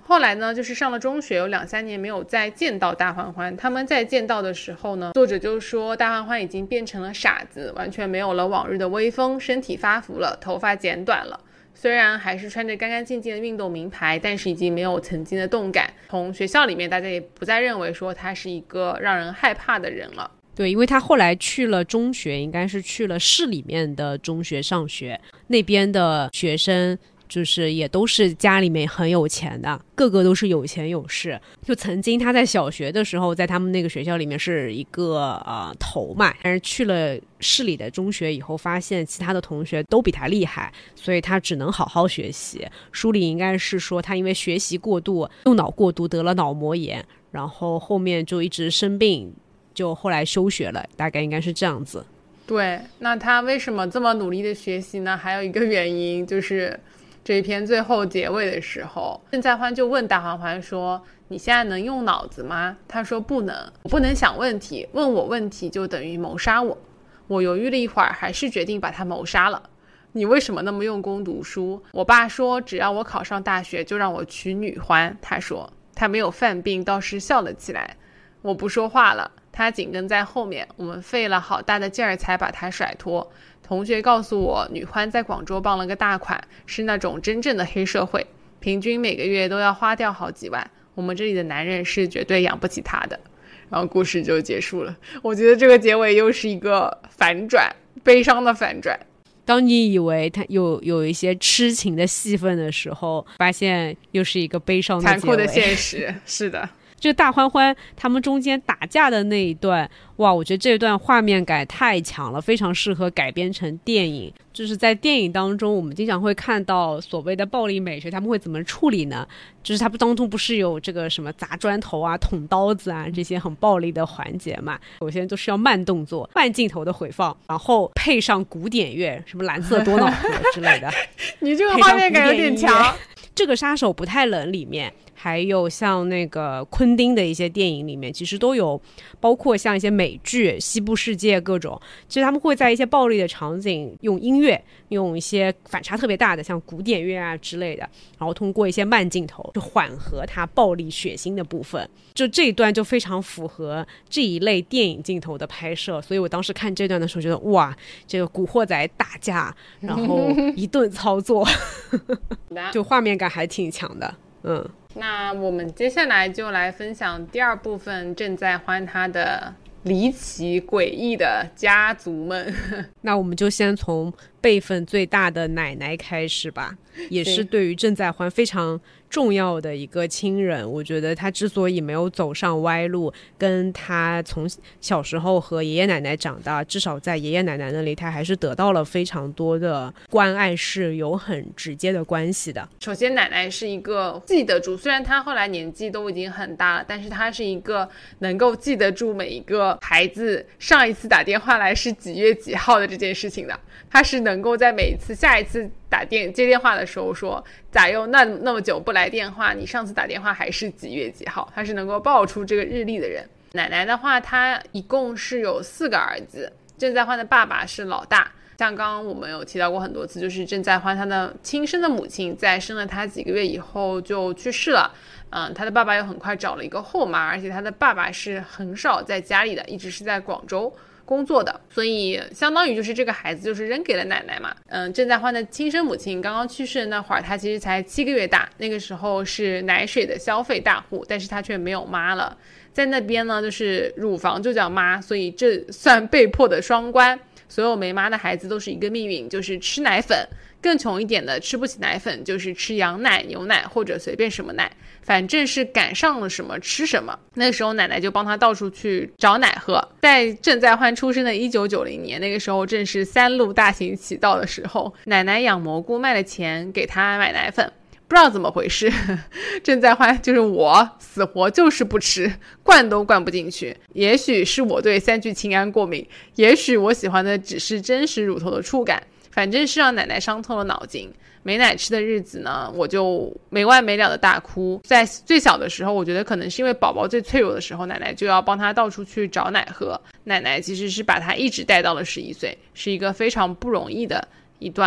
后来呢，就是上了中学有两三年没有再见到大欢欢。他们再见到的时候呢，作者就说大欢欢已经变成了傻子，完全没有了往日的威风，身体发福了，头发剪短了。虽然还是穿着干干净净的运动名牌，但是已经没有曾经的动感。从学校里面，大家也不再认为说他是一个让人害怕的人了。 对，因为他后来去了中学，应该是去了市里面的中学上学，那边的学生就是也都是家里面很有钱的，个个都是有钱有势。就曾经他在小学的时候，在他们那个学校里面是一个呃头嘛，但是去了市里的中学以后，发现其他的同学都比他厉害，所以他只能好好学习。书里应该是说他因为学习过度，用脑过度得了脑膜炎，然后后面就一直生病，就后来休学了，大概应该是这样子。 对，那他为什么这么努力的学习呢？还有一个原因就是这一篇最后结尾的时候，郑在欢就问大欢欢说，你现在能用脑子吗？他说不能，我不能想问题，问我问题就等于谋杀我。我犹豫了一会儿，还是决定把他谋杀了。你为什么那么用功读书？我爸说只要我考上大学就让我娶女欢。他说他没有犯病，倒是笑了起来。我不说话了，他紧跟在后面，我们费了好大的劲儿才把他甩脱。同学告诉我，女欢在广州傍了个大款，是那种真正的黑社会，平均每个月都要花掉好几万，我们这里的男人是绝对养不起他的。然后故事就结束了。我觉得这个结尾又是一个反转，悲伤的反转。 当你以为他有有一些痴情的戏份的时候，发现又是一个悲伤的结尾， 残酷的现实。是的， 就大欢欢他们中间打架的那一段，哇，我觉得这段画面感太强了，非常适合改编成电影。就是在电影当中，我们经常会看到所谓的暴力美学，他们会怎么处理呢？就是他们当中不是有这个什么砸砖头啊、捅刀子啊这些很暴力的环节嘛？首先都是要慢动作、慢镜头的回放，然后配上古典乐，什么蓝色多瑙河之类的。 你这个画面感有点强。 这个杀手不太冷里面，还有像那个昆汀的一些电影里面，其实都有，包括像一些美剧、西部世界各种，其实他们会在一些暴力的场景用音乐，用一些反差特别大的，像古典乐啊之类的，然后通过一些慢镜头就缓和它暴力血腥的部分。就这一段就非常符合这一类电影镜头的拍摄，所以我当时看这段的时候觉得，哇，这个古惑仔打架，然后一顿操作，就画面感还挺强的。嗯， 那我们接下来就来分享第二部分，郑在欢他的离奇诡异的家族们。 那我们就先从辈分最大的奶奶开始吧，也是对于郑在欢非常重要的一个亲人。我觉得他之所以没有走上歪路，跟他从小时候和爷爷奶奶长大，至少在爷爷奶奶那里他还是得到了非常多的关爱，是有很直接的关系的。 首先奶奶是一个记得住，虽然她后来年纪都已经很大了，但是她是一个能够记得住每一个孩子上一次打电话来是几月几号的这件事情的。她是能够在每一次下一次打电接电话的时候说，咋又那那么久不来电话，你上次打电话还是几月几号，她是能够报出这个日历的人。奶奶的话，她一共是有四个儿子，郑在欢的爸爸是老大，像刚刚我们有提到过很多次，就是郑在欢他的亲生的母亲在生了他几个月以后就去世了。嗯，他的爸爸又很快找了一个后妈，而且他的爸爸是很少在家里的，一直是在广州工作的，所以相当于就是这个孩子就是扔给了奶奶嘛。嗯，郑在欢的亲生母亲刚刚去世的那会儿，他其实才七个月大，那个时候是奶水的消费大户，但是他却没有妈了。在那边呢，就是乳房就叫妈，所以这算被迫的双关。所有没妈的孩子都是一个命运，就是吃奶粉，更穷一点的吃不起奶粉，就是吃羊奶、牛奶或者随便什么奶，反正是赶上了什么吃什么。那个时候奶奶就帮他到处去找奶喝。在郑在欢出生的一九九零年，那个时候正是三鹿大行其道的时候，奶奶养蘑菇卖了钱给他买奶粉，不知道怎么回事，郑在欢就是我死活就是不吃，灌都灌不进去。也许是我对三聚氰胺过敏，也许我喜欢的只是真实乳头的触感，反正是让奶奶伤透了脑筋。没奶吃的日子呢，我就没完没了的大哭。在最小的时候，我觉得可能是因为宝宝最脆弱的时候，奶奶就要帮他到处去找奶喝。奶奶其实是把他一直带到了十一岁，是一个非常不容易的一段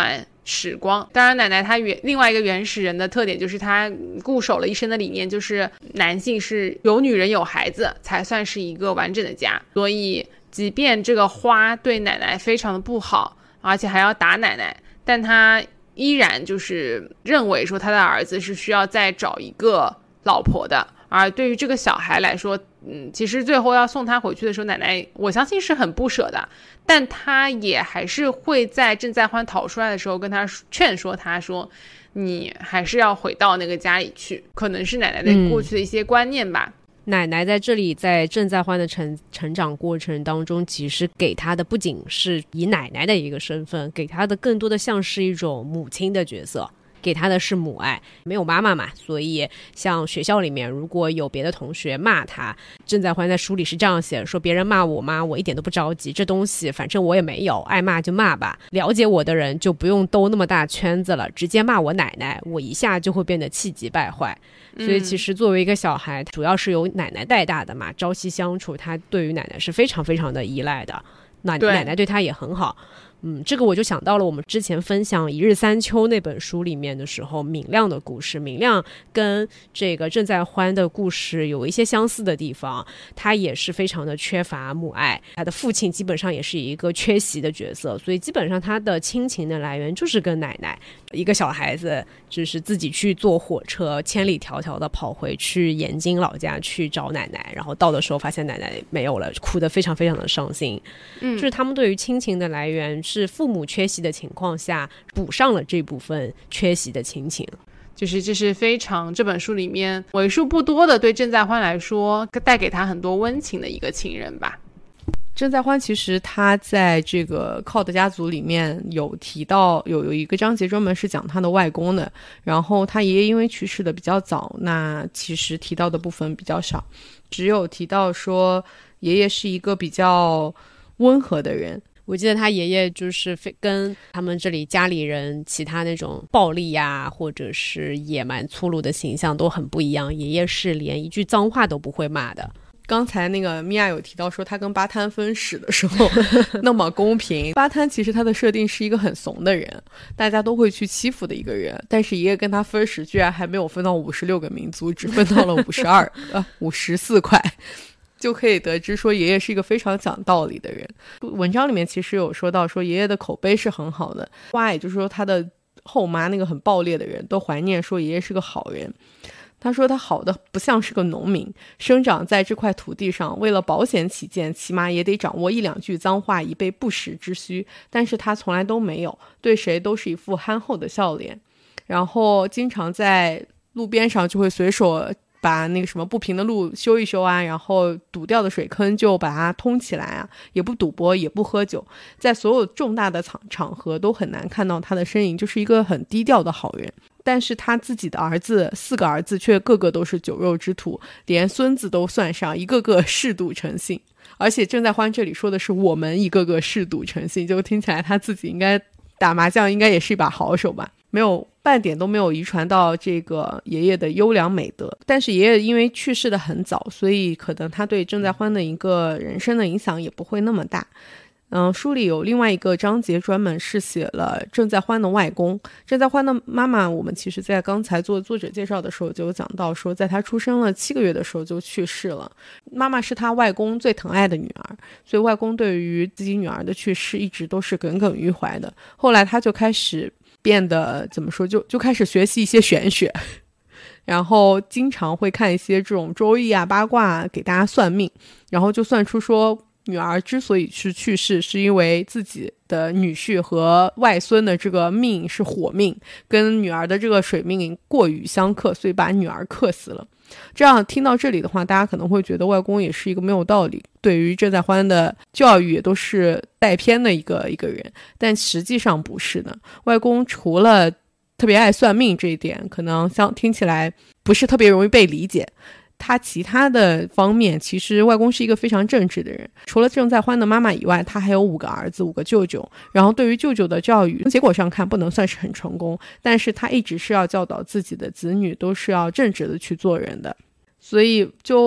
时光。当然奶奶她原另外一个原始人的特点就是她固守了一生的理念，就是男性是有女人有孩子才算是一个完整的家，所以即便这个花对奶奶非常的不好，而且还要打奶奶，但她依然就是认为说他的儿子是需要再找一个老婆的。而对于这个小孩来说，嗯，其实最后要送他回去的时候，奶奶我相信是很不舍的，但他也还是会在郑在欢逃出来的时候跟他劝说他说，你还是要回到那个家里去，可能是奶奶的过去的一些观念吧。 嗯，奶奶在这里在郑在欢的成成长过程当中，其实给他的不仅是以奶奶的一个身份，给他的更多的像是一种母亲的角色，给他的是母爱。没有妈妈嘛，所以像学校里面如果有别的同学骂他，郑在欢在书里是这样写，说别人骂我妈我一点都不着急，这东西反正我也没有，爱骂就骂吧，了解我的人就不用兜那么大圈子了，直接骂我奶奶，我一下就会变得气急败坏。所以其实作为一个小孩，主要是由奶奶带大的嘛，朝夕相处，他对于奶奶是非常非常的依赖的，那奶奶对他也很好。嗯，这个我就想到了我们之前分享《一日三秋》那本书里面的时候，明亮的故事。明亮跟这个郑在欢的故事有一些相似的地方，他也是非常的缺乏母爱，他的父亲基本上也是一个缺席的角色，所以基本上他的亲情的来源就是跟奶奶。一个小孩子就是自己去坐火车，千里迢迢的跑回去延津老家去找奶奶，然后到的时候发现奶奶没有了，哭得非常非常的伤心。嗯，就是他们对于亲情的来源是父母缺席的情况下补上了这部分缺席的亲情， 就是这是非常这本书里面为数不多的对郑在欢来说带给他很多温情的一个情人吧。 郑在欢其实他在这个靠的家族里面有提到有有一个章节专门是讲他的外公的，然后他爷爷因为去世的比较早，那其实提到的部分比较少，只有提到说爷爷是一个比较温和的人。 我记得他爷爷就是跟他们这里家里人其他那种暴力呀、啊、或者是野蛮粗鲁的形象都很不一样，爷爷是连一句脏话都不会骂的。 刚才那个米娅有提到说他跟巴滩分食的时候那么公平，巴滩其实他的设定是一个很怂的人，大家都会去欺负的一个人，但是爷爷跟他分食居然还没有分到五十六个民族，只分到了五十二呃五十四块，就可以得知说爷爷是一个非常讲道理的人。文章里面其实有说到说爷爷的口碑是很好的，话也就是说他的后妈那个很暴烈的人都怀念说爷爷是个好人。他说他好的不像是个农民，生长在这块土地上，为了保险起见，起码也得掌握一两句脏话以备不时之需，但是他从来都没有，对谁都是一副憨厚的笑脸，然后经常在路边上就会随手把那个什么不平的路修一修啊，然后堵掉的水坑就把它通起来啊，也不赌博也不喝酒，在所有重大的场场合都很难看到他的身影，就是一个很低调的好人。但是他自己的儿子四个儿子却个个都是酒肉之徒，连孙子都算上，一个个嗜赌成性。而且郑在欢这里说的是我们一个个嗜赌成性，就听起来他自己应该打麻将应该也是一把好手吧，没有半点都没有遗传到这个爷爷的优良美德。但是爷爷因为去世的很早，所以可能他对郑在欢的一个人生的影响也不会那么大。嗯，书里有另外一个章节专门是写了郑在欢的外公。郑在欢的妈妈，我们其实在刚才做作者介绍的时候就有讲到说，在他出生了七个月的时候就去世了。妈妈是他外公最疼爱的女儿，所以外公对于自己女儿的去世一直都是耿耿于怀的。后来他就开始变得怎么说，就就开始学习一些玄学，然后经常会看一些这种周易啊八卦啊给大家算命，然后就算出说女儿之所以是去世，是因为自己的女婿和外孙的这个命是火命，跟女儿的这个水命过于相克，所以把女儿克死了。这样听到这里的话，大家可能会觉得外公也是一个没有道理，对于郑在欢的教育也都是带偏的一个一个人，但实际上不是的。外公除了特别爱算命这一点，可能像听起来不是特别容易被理解，他其他的方面其实外公是一个非常正直的人。除了郑在欢的妈妈以外，他还有五个儿子五个舅舅，然后对于舅舅的教育结果上看不能算是很成功，但是他一直是要教导自己的子女都是要正直的去做人的，所以就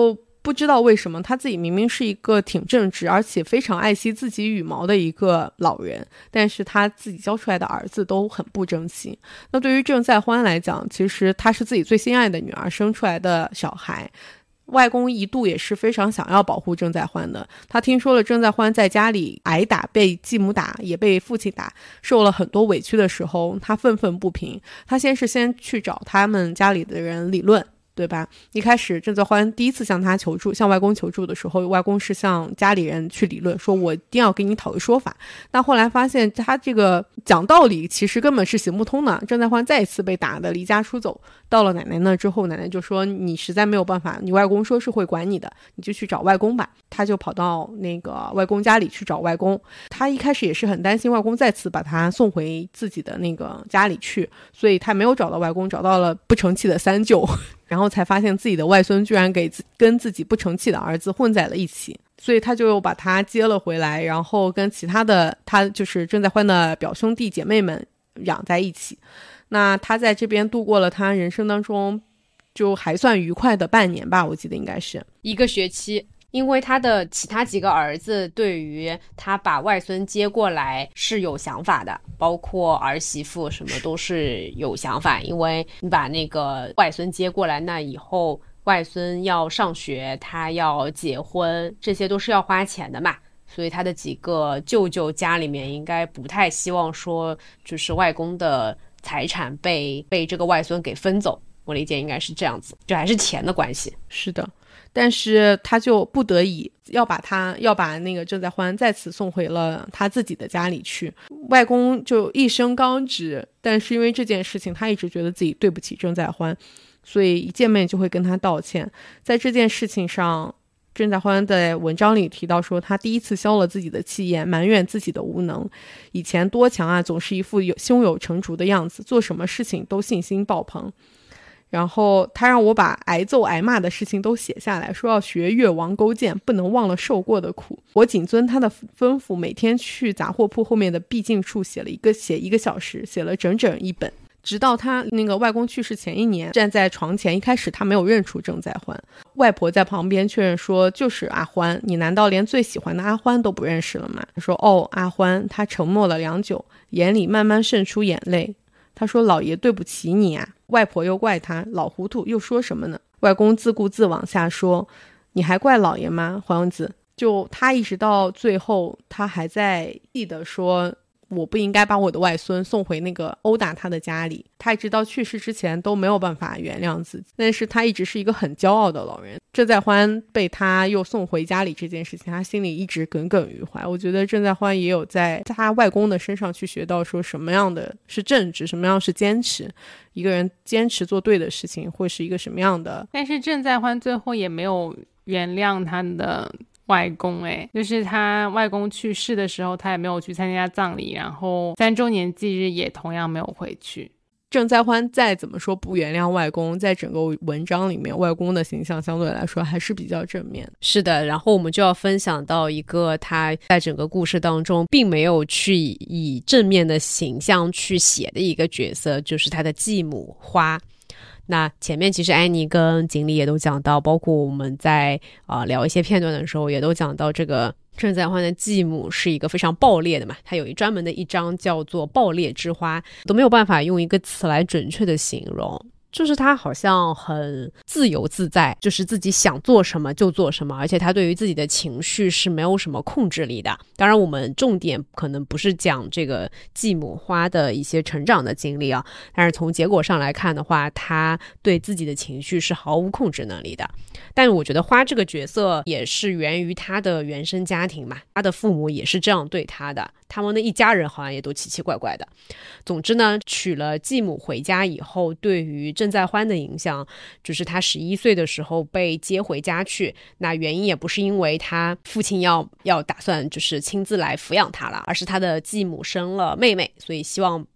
不知道为什么他自己明明是一个挺正直而且非常爱惜自己羽毛的一个老人，但是他自己教出来的儿子都很不争气。那对于郑在欢来讲，其实他是自己最心爱的女儿生出来的小孩，外公一度也是非常想要保护郑在欢的。他听说了郑在欢在家里挨打，被继母打，也被父亲打，受了很多委屈的时候，他愤愤不平。他先是先去找他们家里的人理论，对吧？一开始郑在欢第一次向他求助，向外公求助的时候，外公是向家里人去理论，说我一定要给你讨个说法。但后来发现他这个讲道理其实根本是行不通的。郑在欢再一次被打的离家出走，到了奶奶那之后，奶奶就说你实在没有办法，你外公说是会管你的，你就去找外公吧。他就跑到那个外公家里去找外公。他一开始也是很担心外公再次把他送回自己的那个家里去，所以他没有找到外公，找到了不成器的三舅，然后才发现自己的外孙居然给跟自己不成器的儿子混在了一起，所以他就把他接了回来，然后跟其他的他就是郑在欢的表兄弟姐妹们养在一起。那他在这边度过了他人生当中就还算愉快的半年吧，我记得应该是一个学期。因为他的其他几个儿子对于他把外孙接过来是有想法的，包括儿媳妇什么都是有想法。因为你把那个外孙接过来，那以后外孙要上学，他要结婚，这些都是要花钱的嘛。所以他的几个舅舅家里面应该不太希望说就是外公的财产被被这个外孙给分走，我理解应该是这样子，就还是钱的关系。 是的，但是他就不得已要把他要把那个郑在欢再次送回了他自己的家里去。外公就一声刚直，但是因为这件事情他一直觉得自己对不起郑在欢，所以一见面就会跟他道歉。在这件事情上，郑在欢在文章里提到说，他第一次消了自己的气焰，埋怨自己的无能。以前多强啊，总是一副有胸有成竹的样子，做什么事情都信心爆棚。然后他让我把挨揍挨骂的事情都写下来，说要学越王勾践，不能忘了受过的苦。我谨遵他的吩咐，每天去杂货铺后面的必经处写了一个写一个小时，写了整整一本。直到他那个外公去世前一年，站在床前，一开始他没有认出郑在欢，外婆在旁边确认说就是阿欢，你难道连最喜欢的阿欢都不认识了吗？他说哦，阿欢。他沉默了良久，眼里慢慢渗出眼泪。他说老爷对不起你啊。外婆又怪他老糊涂，又说什么呢？外公自顾自往下说，你还怪老爷吗，皇子？就他一直到最后他还在记得说我不应该把我的外孙送回那个殴打他的家里，他一直到去世之前都没有办法原谅自己。但是他一直是一个很骄傲的老人，郑在欢被他又送回家里这件事情，他心里一直耿耿于怀。我觉得郑在欢也有在他外公的身上去学到说什么样的是正直，什么样是坚持，一个人坚持做对的事情会是一个什么样的。 但是郑在欢最后也没有原谅他的外公，诶，就是他外公去世的时候他也没有去参加葬礼，然后三周年忌日也同样没有回去。 郑在欢再怎么说不原谅外公，在整个文章里面外公的形象相对来说还是比较正面。 是的，然后我们就要分享到一个他在整个故事当中并没有去以正面的形象去写的一个角色，就是他的继母花。那前面其实安妮跟锦鲤也都讲到，包括我们在呃聊一些片段的时候也都讲到，这个郑在欢的继母是一个非常暴烈的嘛，他有一专门的一章叫做暴烈之花，都没有办法用一个词来准确的形容，就是他好像很自由自在，就是自己想做什么就做什么，而且他对于自己的情绪是没有什么控制力的。当然我们重点可能不是讲这个继母花的一些成长的经历啊，但是从结果上来看的话，他对自己的情绪是毫无控制能力的。但我觉得花这个角色也是源于他的原生家庭嘛，他的父母也是这样对他的，他们的一家人好像也都奇奇怪怪的。总之呢，娶了继母回家以后，对于郑在欢的影响就是他十一岁的时候被接回家去，那原因也不是因为他父亲要要打算就是亲自来抚养他了，而是他的继母生了妹妹，所以希望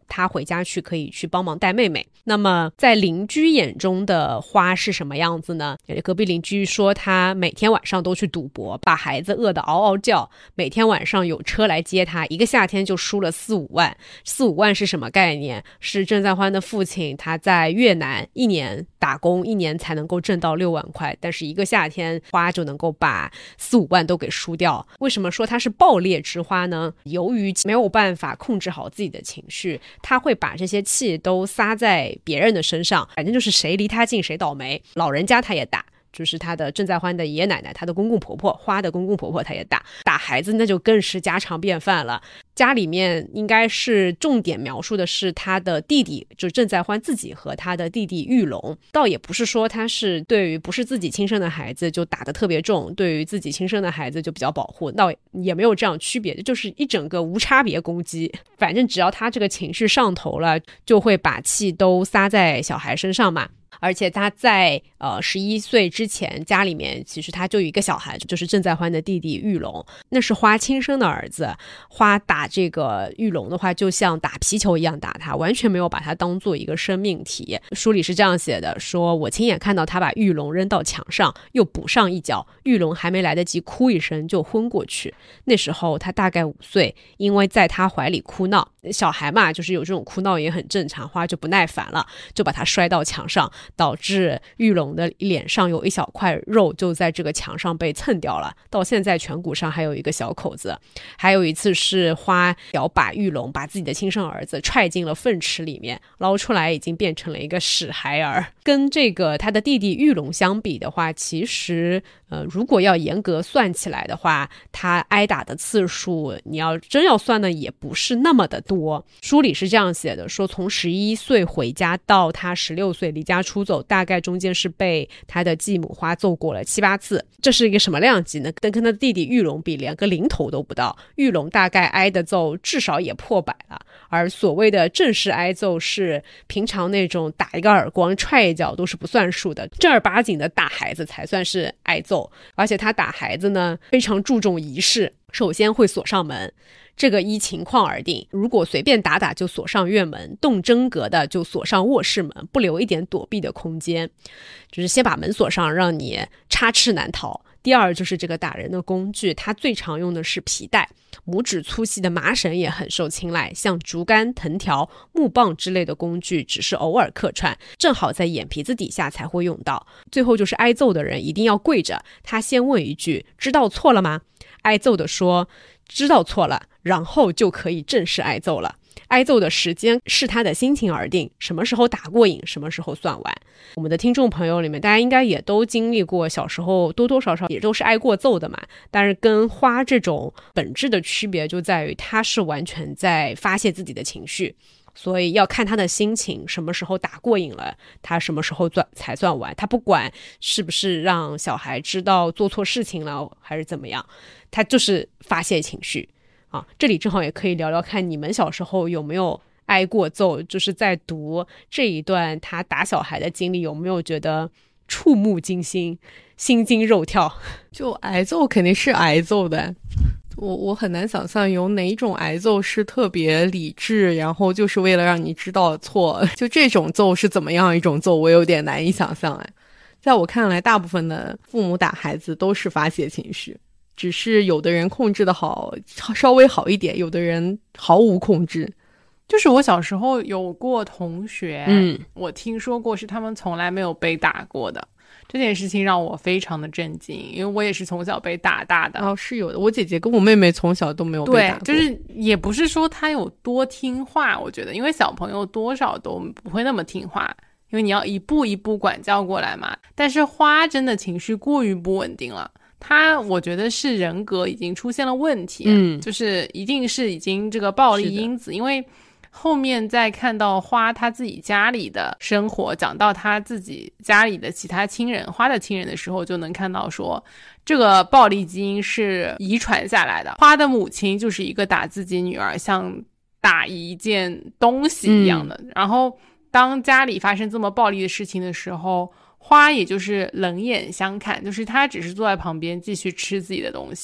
他回家去可以去帮忙带妹妹。那么在邻居眼中的花是什么样子呢？隔壁邻居说他每天晚上都去赌博，把孩子饿得嗷嗷叫，每天晚上有车来接他，一个夏天就输了四五万。四五万是什么概念？是郑在欢的父亲他在越南一年打工，一年才能够挣到六万块，但是一个夏天花就能够把四五万都给输掉。为什么说他是爆裂之花呢？由于没有办法控制好自己的情绪，他会把这些气都撒在别人的身上，反正就是谁离他近谁倒霉。老人家他也打，就是他的郑在欢的爷爷奶奶，他的公公婆婆，花的公公婆婆他也打。打孩子那就更是家常便饭了。家里面应该是重点描述的是他的弟弟，就郑在欢自己和他的弟弟玉龙，倒也不是说他是对于不是自己亲生的孩子就打得特别重，对于自己亲生的孩子就比较保护，倒也没有这样区别，就是一整个无差别攻击。反正只要他这个情绪上头了，就会把气都撒在小孩身上嘛。而且他在呃十一岁之前，家里面其实他就有一个小孩，就是郑在欢的弟弟玉龙，那是花亲生的儿子。花打这个玉龙的话，就像打皮球一样打他，完全没有把他当做一个生命体。书里是这样写的，说我亲眼看到他把玉龙扔到墙上，又补上一脚，玉龙还没来得及哭一声就昏过去。那时候他大概五岁，因为在他怀里哭闹，小孩嘛，就是有这种哭闹也很正常，花就不耐烦了，就把他摔到墙上，导致玉龙的脸上有一小块肉就在这个墙上被蹭掉了，到现在颧骨上还有一个小口子。还有一次是花要把玉龙把自己的亲生儿子踹进了粪池里面，捞出来已经变成了一个屎孩儿。跟这个他的弟弟玉龙相比的话，其实呃，如果要严格算起来的话，他挨打的次数你要真要算呢，也不是那么的多。书里是这样写的，说从十一岁回家到他十六岁离家出走，大概中间是被他的继母花揍过了七八次。这是一个什么量级呢？跟跟他的弟弟玉龙比，连个零头都不到。玉龙大概挨的揍至少也破百了，而所谓的正式挨揍是平常那种打一个耳光踹一脚都是不算数的，正儿八经的打孩子才算是挨揍。而且他打孩子呢非常注重仪式，首先会锁上门，这个依情况而定，如果随便打打就锁上院门，动真格的就锁上卧室门，不留一点躲避的空间，就是先把门锁上，让你插翅难逃。第二就是这个打人的工具，它最常用的是皮带，拇指粗细的麻绳也很受青睐，像竹竿、藤条、木棒之类的工具只是偶尔客串，正好在眼皮子底下才会用到。最后就是挨揍的人一定要跪着，他先问一句知道错了吗？挨揍的说知道错了，然后就可以正式挨揍了。挨揍的时间视他的心情而定，什么时候打过瘾什么时候算完。我们的听众朋友里面大家应该也都经历过，小时候多多少少也都是挨过揍的嘛，但是跟花这种本质的区别就在于他是完全在发泄自己的情绪，所以要看他的心情，什么时候打过瘾了他什么时候才算完。他不管是不是让小孩知道做错事情了还是怎么样，他就是发泄情绪啊。这里正好也可以聊聊看你们小时候有没有挨过揍，就是在读这一段他打小孩的经历，有没有觉得触目惊心心惊肉跳？ 就挨揍肯定是挨揍的，我我很难想象有哪种挨揍是特别理智，然后就是为了让你知道错，就这种揍是怎么样一种揍，我有点难以想象哎。在我看来，大部分的父母打孩子都是发泄情绪，只是有的人控制的好，稍微好一点，有的人毫无控制。 就是我小时候有过同学， 嗯， 我听说过是他们从来没有被打过的，这件事情让我非常的震惊，因为我也是从小被打大的。 哦，是有的，我姐姐跟我妹妹从小都没有被打过。 对，就是也不是说她有多听话，我觉得因为小朋友多少都不会那么听话，因为你要一步一步管教过来嘛。但是花真的情绪过于不稳定了，他我觉得是人格已经出现了问题， 嗯， 就是一定是已经这个暴力因子。因为后面再看到花他自己家里的生活，讲到他自己家里的其他亲人，花的亲人的时候，就能看到说这个暴力基因是遗传下来的。花的母亲就是一个打自己女儿像打一件东西一样的，嗯，然后当家里发生这么暴力的事情的时候，花也就是冷眼相看，就是他只是坐在旁边继续吃自己的东西。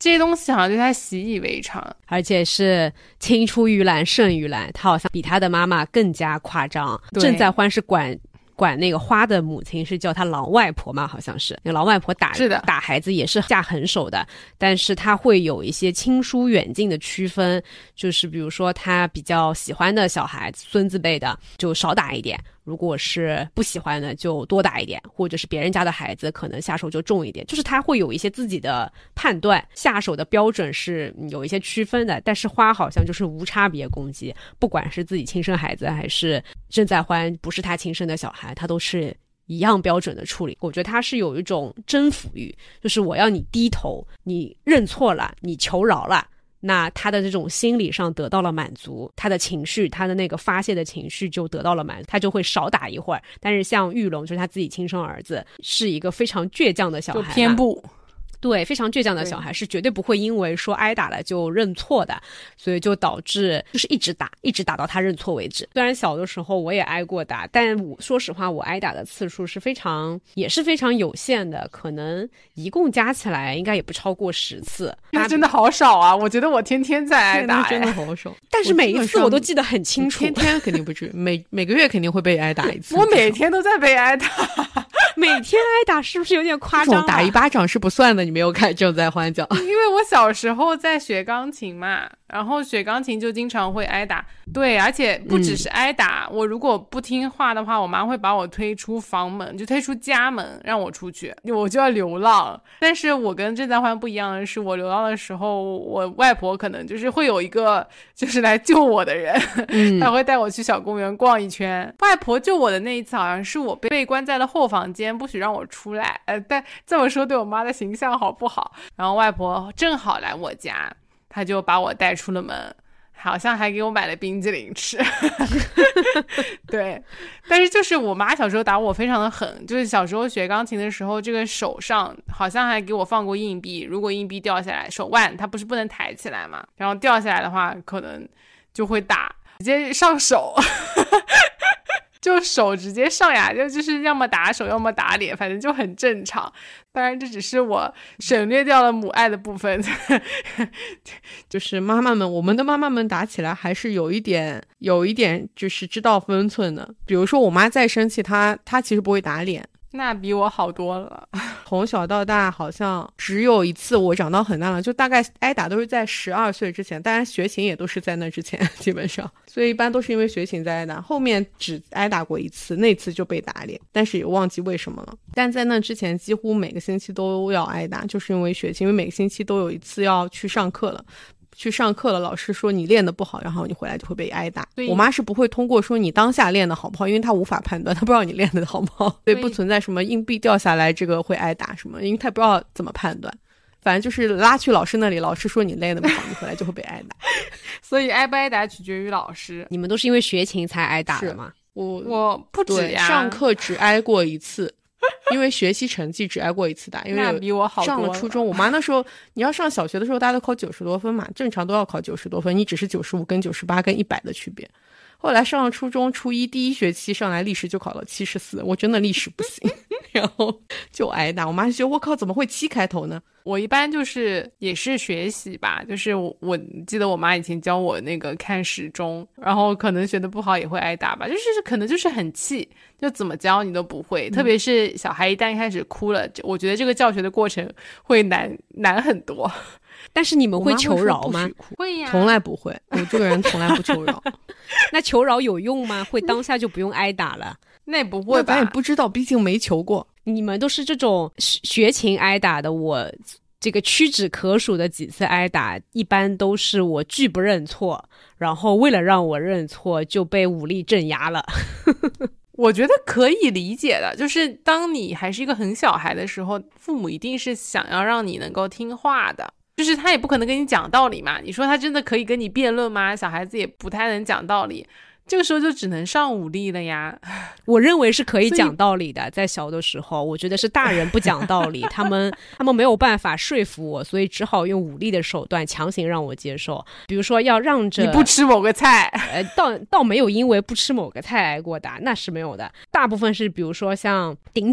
这些东西好像对他习以为常， 而且是青出于蓝胜于蓝，他好像比他的妈妈更加夸张。郑在欢是管管那个花的母亲是叫她狼外婆嘛，好像是那个狼外婆打是的打孩子也是下狠手的，但是她会有一些亲疏远近的区分，就是比如说她比较喜欢的小孩子孙子辈的就少打一点，如果是不喜欢的就多打一点，或者是别人家的孩子可能下手就重一点，就是他会有一些自己的判断，下手的标准是有一些区分的。但是花好像就是无差别攻击，不管是自己亲生孩子还是郑在欢不是他亲生的小孩，他都是一样标准的处理。我觉得他是有一种征服欲，就是我要你低头，你认错了，你求饶了，那他的这种心理上得到了满足，他的情绪，他的那个发泄的情绪就得到了满足，他就会少打一会儿。但是像玉龙就是他自己亲生儿子，是一个非常倔强的小孩， 就偏不对，非常倔强的小孩是绝对不会因为说挨打了就认错的，所以就导致就是一直打一直打到他认错为止。虽然小的时候我也挨过打，但我说实话我挨打的次数是非常也是非常有限的，可能一共加起来应该也不超过十次。 那真的好少啊，我觉得我天天在挨打， 真的好少。 但是每一次我都记得很清楚， 天天肯定不至于，每每个月肯定会被挨打一次。 我每天都在被挨打每天挨打是不是有点夸张、啊、 打一巴掌是不算的，你没有看正在欢讲。 因为我小时候在学钢琴嘛，然后学钢琴就经常会挨打。对，而且不只是挨打、嗯、我如果不听话的话，我妈会把我推出房门，就推出家门让我出去，我就要流浪。但是我跟正在欢不一样的是，我流浪的时候我外婆可能就是会有一个就是来救我的人、嗯、她会带我去小公园逛一圈。外婆救我的那一次好像是我被被关在了后房间，不许让我出来，呃，但这么说对我妈的形象好不好？然后外婆正好来我家，她就把我带出了门，好像还给我买了冰激凌吃对，但是就是我妈小时候打我非常的狠，就是小时候学钢琴的时候，这个手上好像还给我放过硬币，如果硬币掉下来，手腕它不是不能抬起来嘛，然后掉下来的话可能就会打，直接上手就手直接上呀，就就是要么打手要么打脸，反正就很正常。当然这只是我省略掉了母爱的部分就是妈妈们，我们的妈妈们打起来还是有一点有一点就是知道分寸的。比如说我妈再生气，她她其实不会打脸， 那比我好多了。 从小到大好像只有一次，我长到很大了，就大概挨打都是在十二岁之前，当然学琴也都是在那之前基本上，所以一般都是因为学琴在挨打，后面只挨打过一次，那次就被打脸，但是也忘记为什么了。但在那之前几乎每个星期都要挨打，就是因为学琴，因为每个星期都有一次要去上课了，去上课了，老师说你练得不好，然后你回来就会被挨打。我妈是不会通过说你当下练得好不好，因为她无法判断，她不知道你练得好不好，所以不存在什么硬币掉下来这个会挨打什么，因为她不知道怎么判断，反正就是拉去老师那里，老师说你练得不好，你回来就会被挨打所以挨不挨打取决于老师。 你们都是因为学琴才挨打的吗？ 我我不止呀， 上课只挨过一次因为学习成绩只挨过一次打，因为那比我好多了。 上了初中，我妈那时候你要上小学的时候大家都考九十多分嘛，正常都要考九十多分，你只是九十五跟九十八跟一百的区别。后来上了初中初一第一学期上来历史就考了七十四，我真的历史不行然后就挨打，我妈就觉得我靠怎么会七开头呢。 我一般就是也是学习吧，就是我我记得我妈以前教我那个看时钟，然后可能学得不好也会挨打吧，就是可能就是很气，就怎么教你都不会、嗯、特别是小孩一旦开始哭了，我觉得这个教学的过程会难难很多。 但是你们会求饶吗？ 会呀， 从来不会，我这个人从来不求饶那求饶有用吗？会当下就不用挨打了？ 那也不会吧， 咱也不知道，毕竟没求过。 你们都是这种学琴挨打的，我这个屈指可数的几次挨打，一般都是我拒不认错，然后为了让我认错就被武力镇压了我觉得可以理解的，就是当你还是一个很小孩的时候，父母一定是想要让你能够听话的，就是他也不可能跟你讲道理嘛，你说他真的可以跟你辩论吗？小孩子也不太能讲道理，这个时候就只能上武力了呀。 我认为是可以讲道理的，在小的时候我觉得是大人不讲道理他们他们没有办法说服我，所以只好用武力的手段强行让我接受，比如说要让着你不吃某个菜呃，倒倒没有因为不吃某个菜挨过打，那是没有的，大部分是比如说像顶嘴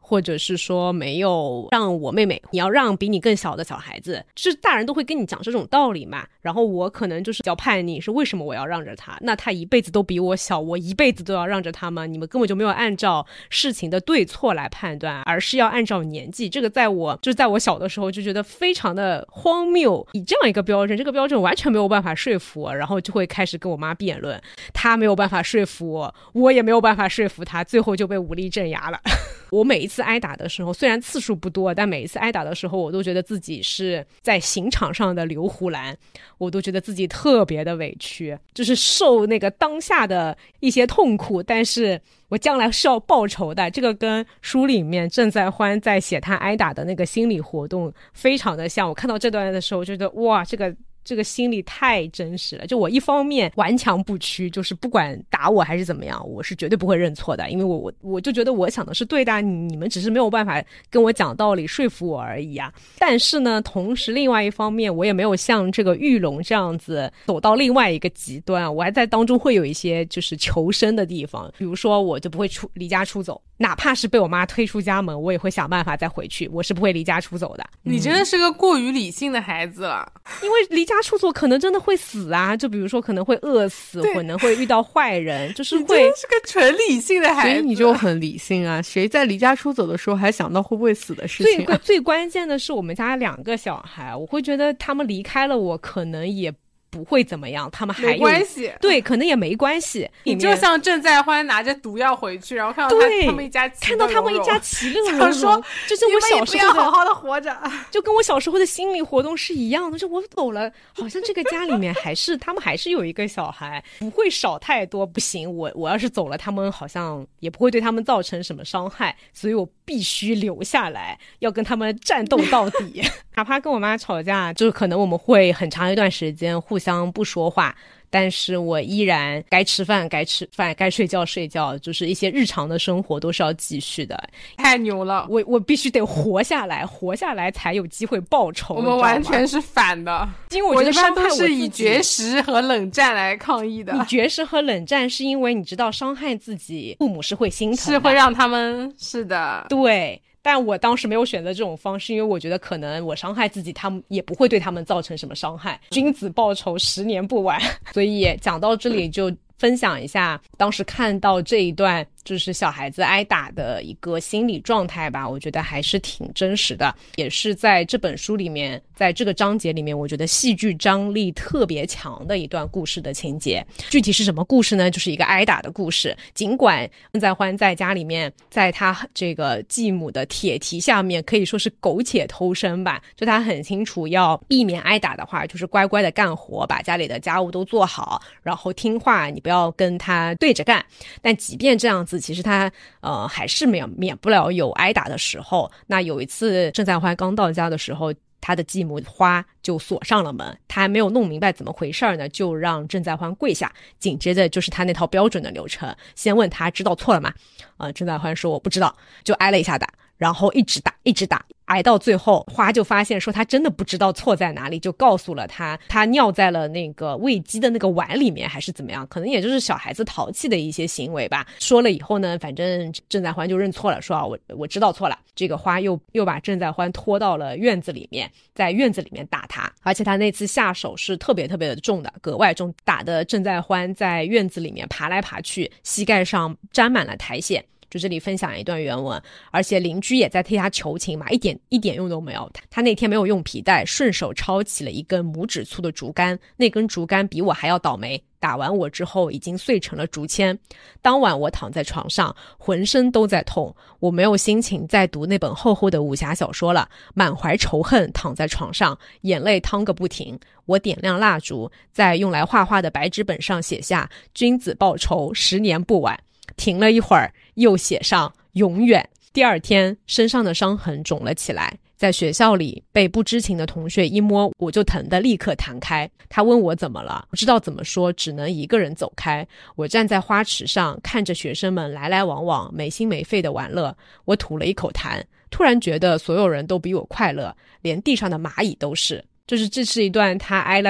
或者是说没有让我妹妹，你要让比你更小的小孩子，就是大人都会跟你讲这种道理嘛。然后我可能就是比较叛逆，是为什么我要让着他？那他一辈子都比我小，我一辈子都要让着他吗？你们根本就没有按照事情的对错来判断，而是要按照年纪。这个在我就是在我小的时候就觉得非常的荒谬，以这样一个标准，这个标准完全没有办法说服我，然后就会开始跟我妈辩论，他没有办法说服我，我也没有办法说服他，最后就被武力镇压了。我每一次挨打的时候，虽然次数不多，但每一次挨打的时候我都觉得自己是在刑场上的刘胡兰，我都觉得自己特别的委屈，就是受那个当下的一些痛苦，但是我将来是要报仇的。这个跟书里面郑在欢在写他挨打的那个心理活动非常的像。我看到这段的时候觉得哇，这个这个心理太真实了。就我一方面顽强不屈，就是不管打我还是怎么样，我是绝对不会认错的，因为我我我就觉得我想的是对的，你你们只是没有办法跟我讲道理说服我而已啊。但是呢，同时另外一方面，我也没有像这个玉龙这样子走到另外一个极端，我还在当中会有一些就是求生的地方，比如说我就不会出离家出走，哪怕是被我妈推出家门，我也会想办法再回去，我是不会离家出走的。 你真的是个过于理性的孩子了， 因为离家出走可能真的会死啊，就比如说可能会饿死，可能会遇到坏人，就是会。 你真的是个纯理性的孩子， 所以你就很理性啊，谁在离家出走的时候还想到会不会死的事情、啊、 最最关键的是我们家两个小孩，我会觉得他们离开了我可能也不会怎么样，他们还有没关系， 对，可能也没关系。 你就像郑在欢拿着毒药回去，然后看到他他们一家看到他们一家其乐融融， 说就是我小时候的你们也不要好好的活着， 就跟我小时候的心理活动是一样的。就我走了，好像这个家里面还是他们还是有一个小孩，不会少太多。不行，我我要是走了，他们好像也不会对他们造成什么伤害，所以我必须留下来，要跟他们战斗到底。哪怕跟我妈吵架，就是可能我们会很长一段时间互相不说话，但是我依然该吃饭该吃饭，该睡觉睡觉，就是一些日常的生活都是要继续的。 太牛了， 我我必须得活下来，活下来才有机会报仇。 我们完全是反的， 因为我觉得伤害我自己， 我一般都是以绝食和冷战来抗议的。 以绝食和冷战是因为你知道伤害自己父母是会心疼的， 是会让他们，是的， 对。但我当时没有选择这种方式，因为我觉得可能我伤害自己，他们也不会对他们造成什么伤害。君子报仇，十年不晚。所以讲到这里就分享一下当时看到这一段就是小孩子挨打的一个心理状态吧，我觉得还是挺真实的，也是在这本书里面，在这个章节里面我觉得戏剧张力特别强的一段故事的情节。具体是什么故事呢？就是一个挨打的故事。尽管郑在欢在家里面，在他这个继母的铁蹄下面可以说是苟且偷生吧，就他很清楚要避免挨打的话，就是乖乖的干活，把家里的家务都做好，然后听话，你不要跟他对着干。但即便这样子，其实他呃还是免免不了有挨打的时候。那有一次郑在欢刚到家的时候，他的继母花就锁上了门，他还没有弄明白怎么回事呢，就让郑在欢跪下，紧接着就是他那套标准的流程，先问他知道错了吗？呃，郑在欢说我不知道，就挨了一下打，然后一直打一直打，挨到最后花就发现说他真的不知道错在哪里，就告诉了他他尿在了那个喂鸡的那个碗里面还是怎么样，可能也就是小孩子淘气的一些行为吧。说了以后呢，反正郑在欢就认错了，说啊我我知道错了。这个花又又把郑在欢拖到了院子里面，在院子里面打他，而且他那次下手是特别特别的重的，格外重，打的郑在欢在院子里面爬来爬去，膝盖上沾满了苔藓。就这里分享一段原文，而且邻居也在替他求情嘛，一点一点用都没有。他那天没有用皮带，顺手抄起了一根拇指粗的竹竿，那根竹竿比我还要倒霉，打完我之后已经碎成了竹签。当晚我躺在床上，浑身都在痛，我没有心情再读那本厚厚的武侠小说了，满怀仇恨躺在床上，眼泪淌个不停。我点亮蜡烛，在用来画画的白纸本上写下君子报仇，十年不晚。停了一会儿，又写上永远。第二天身上的伤痕肿了起来，在学校里被不知情的同学一摸，我就疼得立刻弹开。他问我怎么了，不知道怎么说，只能一个人走开。我站在花池上，看着学生们来来往往，没心没肺的玩乐。我吐了一口痰，突然觉得所有人都比我快乐，连地上的蚂蚁都是。就是这是一段他挨了打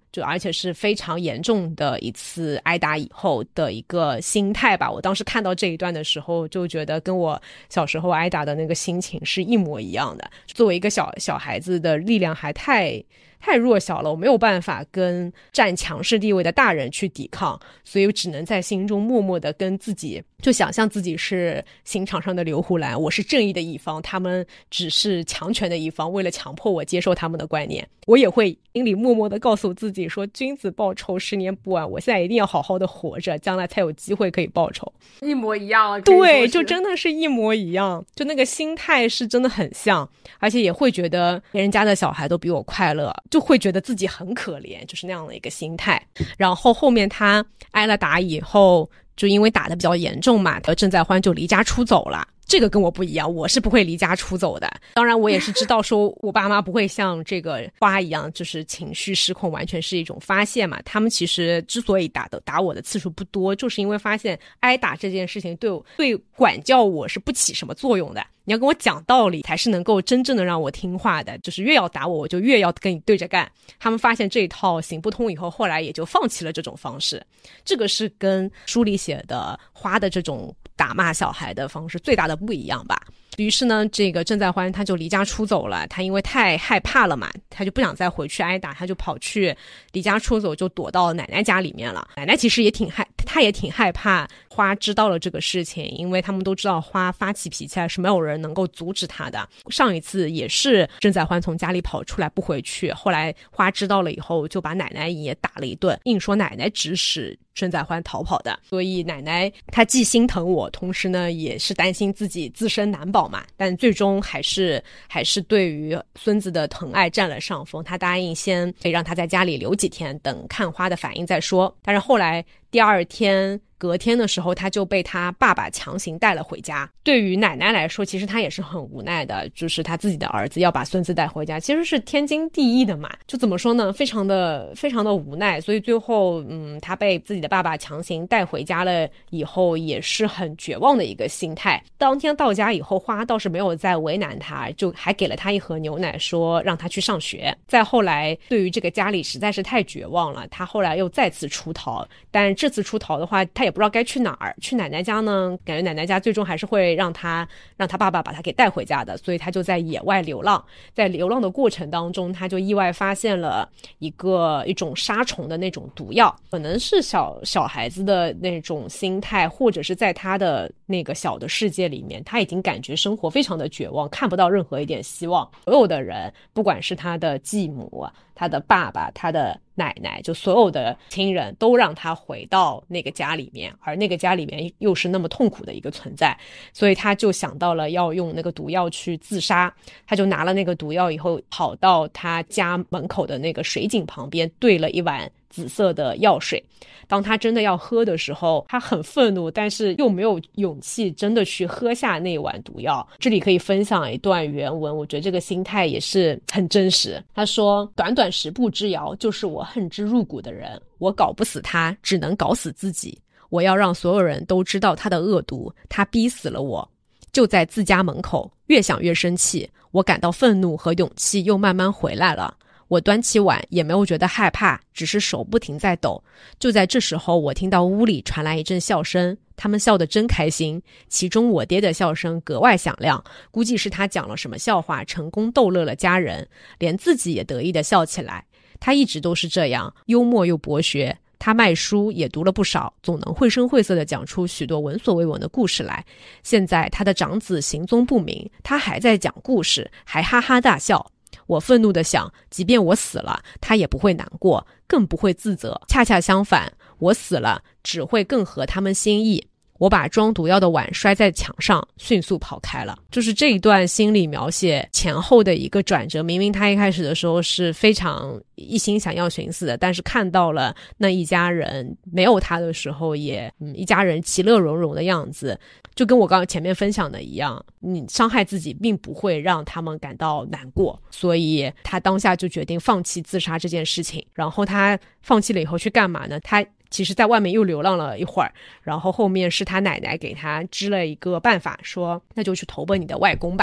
就而且是非常严重的一次挨打以后的一个心态吧。我当时看到这一段的时候就觉得跟我小时候挨打的那个心情是一模一样的。作为一个小小孩子的力量还太太弱小了，我没有办法跟占强势地位的大人去抵抗，所以我只能在心中默默的跟自己就想象自己是刑场上的刘胡兰，我是正义的一方，他们只是强权的一方，为了强迫我接受他们的观念，我也会心里默默的告诉自己说君子报仇十年不晚，我现在一定要好好的活着，将来才有机会可以报仇。 一模一样了， 对，就真的是一模一样，就那个心态是真的很像，而且也会觉得别人家的小孩都比我快乐，就会觉得自己很可怜，就是那样的一个心态。然后后面他挨了打以后，就因为打得比较严重嘛，郑在欢就离家出走了。这个跟我不一样，我是不会离家出走的。当然我也是知道说我爸妈不会像这个花一样就是情绪失控，完全是一种发泄嘛。他们其实之所以打的打我的次数不多，就是因为发现挨打这件事情对我对管教我是不起什么作用的，你要跟我讲道理才是能够真正的让我听话的，就是越要打我我就越要跟你对着干。他们发现这一套行不通以后，后来也就放弃了这种方式。这个是跟书里写的花的这种打骂小孩的方式最大的不一样吧。于是呢，这个郑在欢他就离家出走了，他因为太害怕了嘛，他就不想再回去挨打，他就跑去离家出走，就躲到奶奶家里面了。奶奶其实也挺害，他也挺害怕花知道了这个事情，因为他们都知道花发起脾气来是没有人能够阻止他的。上一次也是郑在欢从家里跑出来不回去，后来花知道了以后就把奶奶也打了一顿，硬说奶奶指使郑在欢逃跑的。所以奶奶她既心疼我，同时呢也是担心自己自身难保嘛，但最终还是还是对于孙子的疼爱占了上风。他答应先可以让他在家里留几天，等看花的反应再说。但是后来第二天隔天的时候，他就被他爸爸强行带了回家。对于奶奶来说，其实她也是很无奈的，就是他自己的儿子要把孙子带回家，其实是天经地义的嘛。就怎么说呢，非常的非常的无奈。所以最后嗯，他被自己的爸爸强行带回家了以后，也是很绝望的一个心态。当天到家以后，花倒是没有再为难他，就还给了他一盒牛奶，说让他去上学。再后来对于这个家里实在是太绝望了，他后来又再次出逃，但这次出逃的话他也不知道该去哪儿。去奶奶家呢，感觉奶奶家最终还是会让他让他爸爸把他给带回家的，所以他就在野外流浪。在流浪的过程当中，他就意外发现了一个一种杀虫的那种毒药，可能是小小孩子的那种心态，或者是在他的那个小的世界里面，他已经感觉生活非常的绝望，看不到任何一点希望。所有的人，不管是他的继母、他的爸爸、他的奶奶，就所有的亲人都让他回到那个家里面，而那个家里面又是那么痛苦的一个存在，所以他就想到了要用那个毒药去自杀。他就拿了那个毒药以后，跑到他家门口的那个水井旁边，兑了一碗紫色的药水。当他真的要喝的时候，他很愤怒，但是又没有勇气真的去喝下那碗毒药。这里可以分享一段原文，我觉得这个心态也是很真实。他说，短短十步之遥，就是我恨之入骨的人，我搞不死他，只能搞死自己。我要让所有人都知道他的恶毒，他逼死了我。就在自家门口，越想越生气，我感到愤怒和勇气又慢慢回来了。我端起碗也没有觉得害怕，只是手不停在抖。就在这时候，我听到屋里传来一阵笑声，他们笑得真开心，其中我爹的笑声格外响亮，估计是他讲了什么笑话，成功逗乐了家人，连自己也得意地笑起来。他一直都是这样，幽默又博学。他卖书也读了不少，总能绘声绘色地讲出许多闻所未闻的故事来。现在他的长子行踪不明，他还在讲故事，还哈哈大笑。我愤怒地想，即便我死了，他也不会难过，更不会自责。恰恰相反，我死了，只会更合他们心意。我把装毒药的碗摔在墙上，迅速跑开了。就是这一段心理描写前后的一个转折，明明他一开始的时候是非常一心想要寻死的，但是看到了那一家人没有他的时候也，嗯，一家人其乐融融的样子，就跟我刚刚前面分享的一样，你伤害自己并不会让他们感到难过，所以他当下就决定放弃自杀这件事情。然后他放弃了以后去干嘛呢？他其实在外面又流浪了一会儿，然后后面是他奶奶给他支了一个办法，说那就去投奔你的外公吧。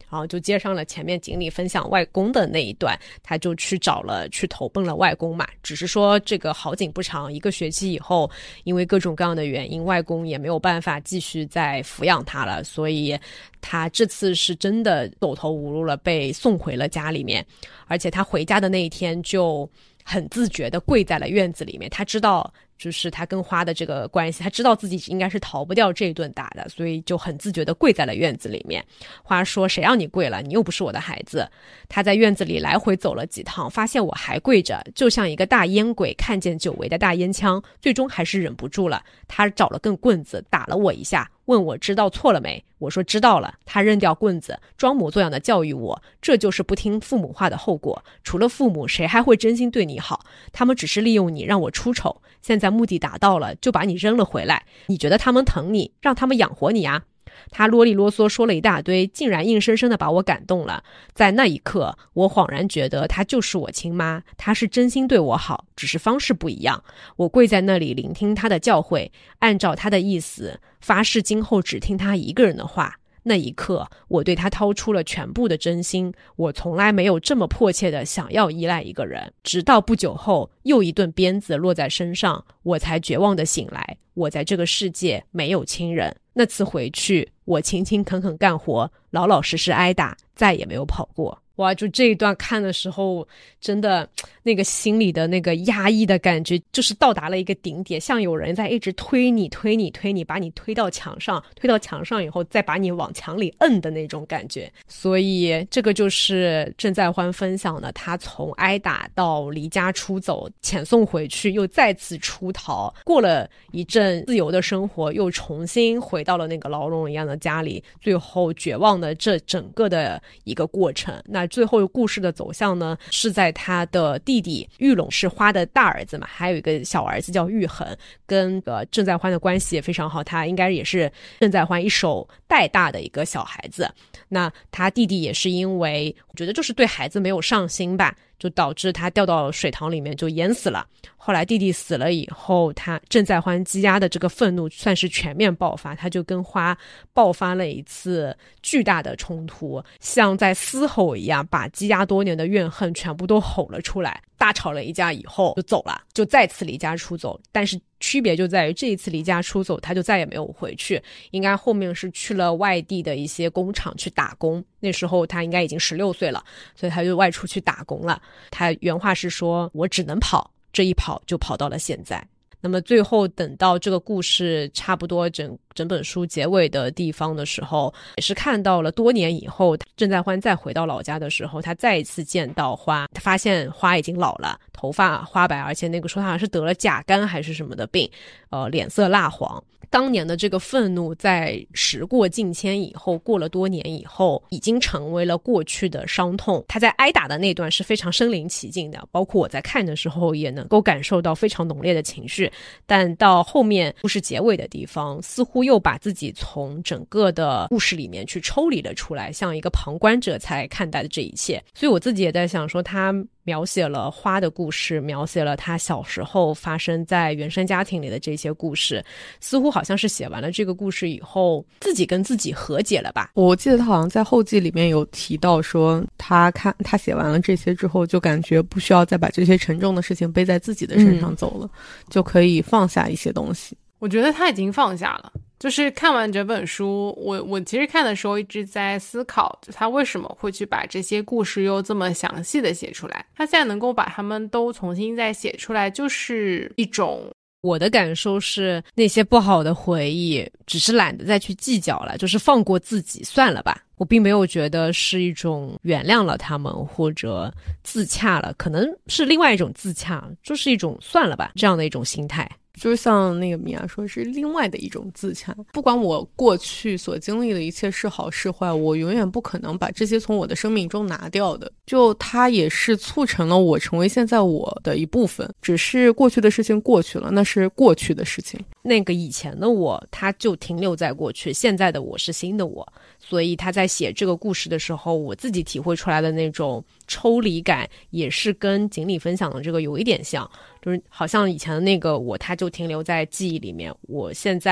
然后就接上了前面锦鲤分享外公的那一段，他就去找了去投奔了外公嘛。只是说这个好景不长，一个学期以后，因为各种各样的原因，外公也没有办法继续再抚养他了，所以他这次是真的走投无路了，被送回了家里面。而且他回家的那一天就很自觉地跪在了院子里面，他知道就是他跟花的这个关系，他知道自己应该是逃不掉这一顿打的，所以就很自觉地跪在了院子里面。花说谁让你跪了，你又不是我的孩子。他在院子里来回走了几趟，发现我还跪着，就像一个大烟鬼看见久违的大烟枪，最终还是忍不住了，他找了根棍子打了我一下，问我知道错了没，我说知道了，他扔掉棍子，装模作样的教育我，这就是不听父母话的后果，除了父母谁还会真心对你好，他们只是利用你让我出丑，现在目的达到了，就把你扔了回来，你觉得他们疼你，让他们养活你啊。他啰里啰嗦说了一大堆，竟然硬生生的把我感动了。在那一刻，我恍然觉得她就是我亲妈，她是真心对我好，只是方式不一样。我跪在那里聆听她的教诲，按照她的意思发誓今后只听她一个人的话。那一刻，我对他掏出了全部的真心，我从来没有这么迫切的想要依赖一个人。直到不久后，又一顿鞭子落在身上，我才绝望的醒来，我在这个世界没有亲人。那次回去，我勤勤恳恳干活，老老实实挨打，再也没有跑过。哇，就这一段看的时候，真的那个心里的那个压抑的感觉就是到达了一个顶点，像有人在一直推你推你推你，把你推到墙上，推到墙上以后再把你往墙里摁的那种感觉。所以这个就是郑在欢分享的，他从挨打到离家出走，遣送回去，又再次出逃，过了一阵自由的生活，又重新回到了那个牢笼一样的家里，最后绝望的这整个的一个过程。那最后故事的走向呢，是在他的弟弟玉龙是花的大儿子嘛，还有一个小儿子叫玉衡，跟呃郑在欢的关系也非常好，他应该也是郑在欢一手带大的一个小孩子。那他弟弟也是因为我觉得就是对孩子没有上心吧，就导致他掉到水塘里面就淹死了。后来弟弟死了以后，他郑在欢积压的这个愤怒算是全面爆发，他就跟花爆发了一次巨大的冲突，像在嘶吼一样，把积压多年的怨恨全部都吼了出来。大吵了一架以后就走了，就再次离家出走。但是区别就在于这一次离家出走他就再也没有回去，应该后面是去了外地的一些工厂去打工，那时候他应该已经十六岁了，所以他就外出去打工了。他原话是说，我只能跑，这一跑就跑到了现在。那么最后等到这个故事差不多整整本书结尾的地方的时候，也是看到了多年以后郑在欢再回到老家的时候，他再一次见到花，他发现花已经老了，头发花白，而且那个说他好像是得了甲肝还是什么的病，呃，脸色蜡黄。当年的这个愤怒在时过境迁以后，过了多年以后，已经成为了过去的伤痛。他在挨打的那段是非常身临其境的，包括我在看的时候也能够感受到非常浓烈的情绪。但到后面故事结尾的地方，似乎又把自己从整个的故事里面去抽离了出来，像一个旁观者才看待的这一切。所以我自己也在想说，他描写了花的故事，描写了他小时候发生在原生家庭里的这些故事，似乎好像是写完了这个故事以后自己跟自己和解了吧。 我记得他好像在后记里面有提到说，他看他写完了这些之后就感觉不需要再把这些沉重的事情背在自己的身上走了、嗯、就可以放下一些东西。 我觉得他已经放下了，就是看完整本书，我我其实看的时候一直在思考，就他为什么会去把这些故事又这么详细的写出来，他现在能够把他们都重新再写出来，就是一种， 我的感受是那些不好的回忆只是懒得再去计较了，就是放过自己算了吧。我并没有觉得是一种原谅了他们或者自洽了，可能是另外一种自洽，就是一种算了吧这样的一种心态。 就像那个米娅说，是另外的一种自洽。不管我过去所经历的一切是好是坏，我永远不可能把这些从我的生命中拿掉的。就它也是促成了我成为现在我的一部分，只是过去的事情过去了，那是过去的事情。 那个以前的我他就停留在过去，现在的我是新的我，所以他在写这个故事的时候，我自己体会出来的那种抽离感也是跟锦鲤分享的这个有一点像，就是好像以前的那个我他就停留在记忆里面，我现在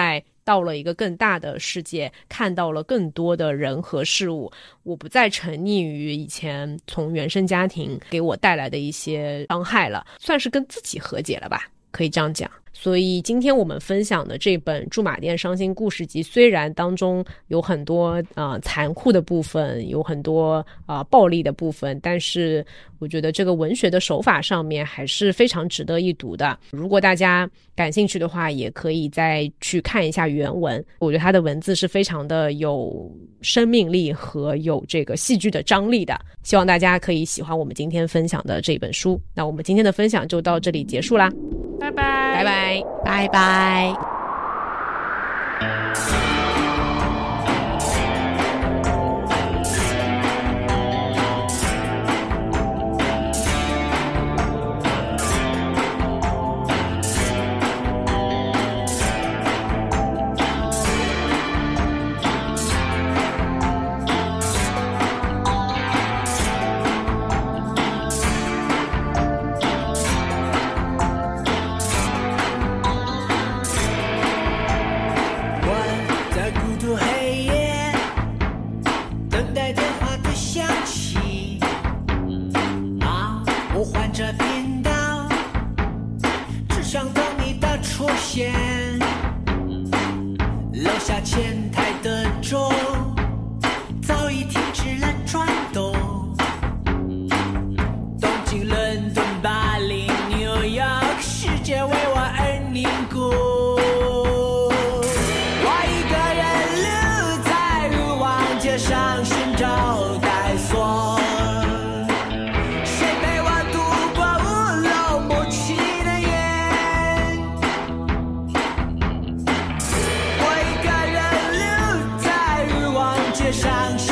到了一个更大的世界，看到了更多的人和事物，我不再沉溺于以前从原生家庭给我带来的一些伤害了，算是跟自己和解了吧，可以这样讲。所以今天我们分享的这本《驻马店伤心故事集》，虽然当中有很多呃残酷的部分，有很多呃暴力的部分，但是我觉得这个文学的手法上面还是非常值得一读的。如果大家感兴趣的话，也可以再去看一下原文，我觉得它的文字是非常的有生命力和有这个戏剧的张力的。希望大家可以喜欢我们今天分享的这本书。那我们今天的分享就到这里结束啦， 拜拜， 拜拜， 拜拜。 楼下前台的钟早已停止了转动，东京、伦敦、巴黎、纽约，世界为我而凝固。我一个人留在欲望街上寻找带锁，谁陪我度过乌龙不起的夜？我一个人留在欲望街上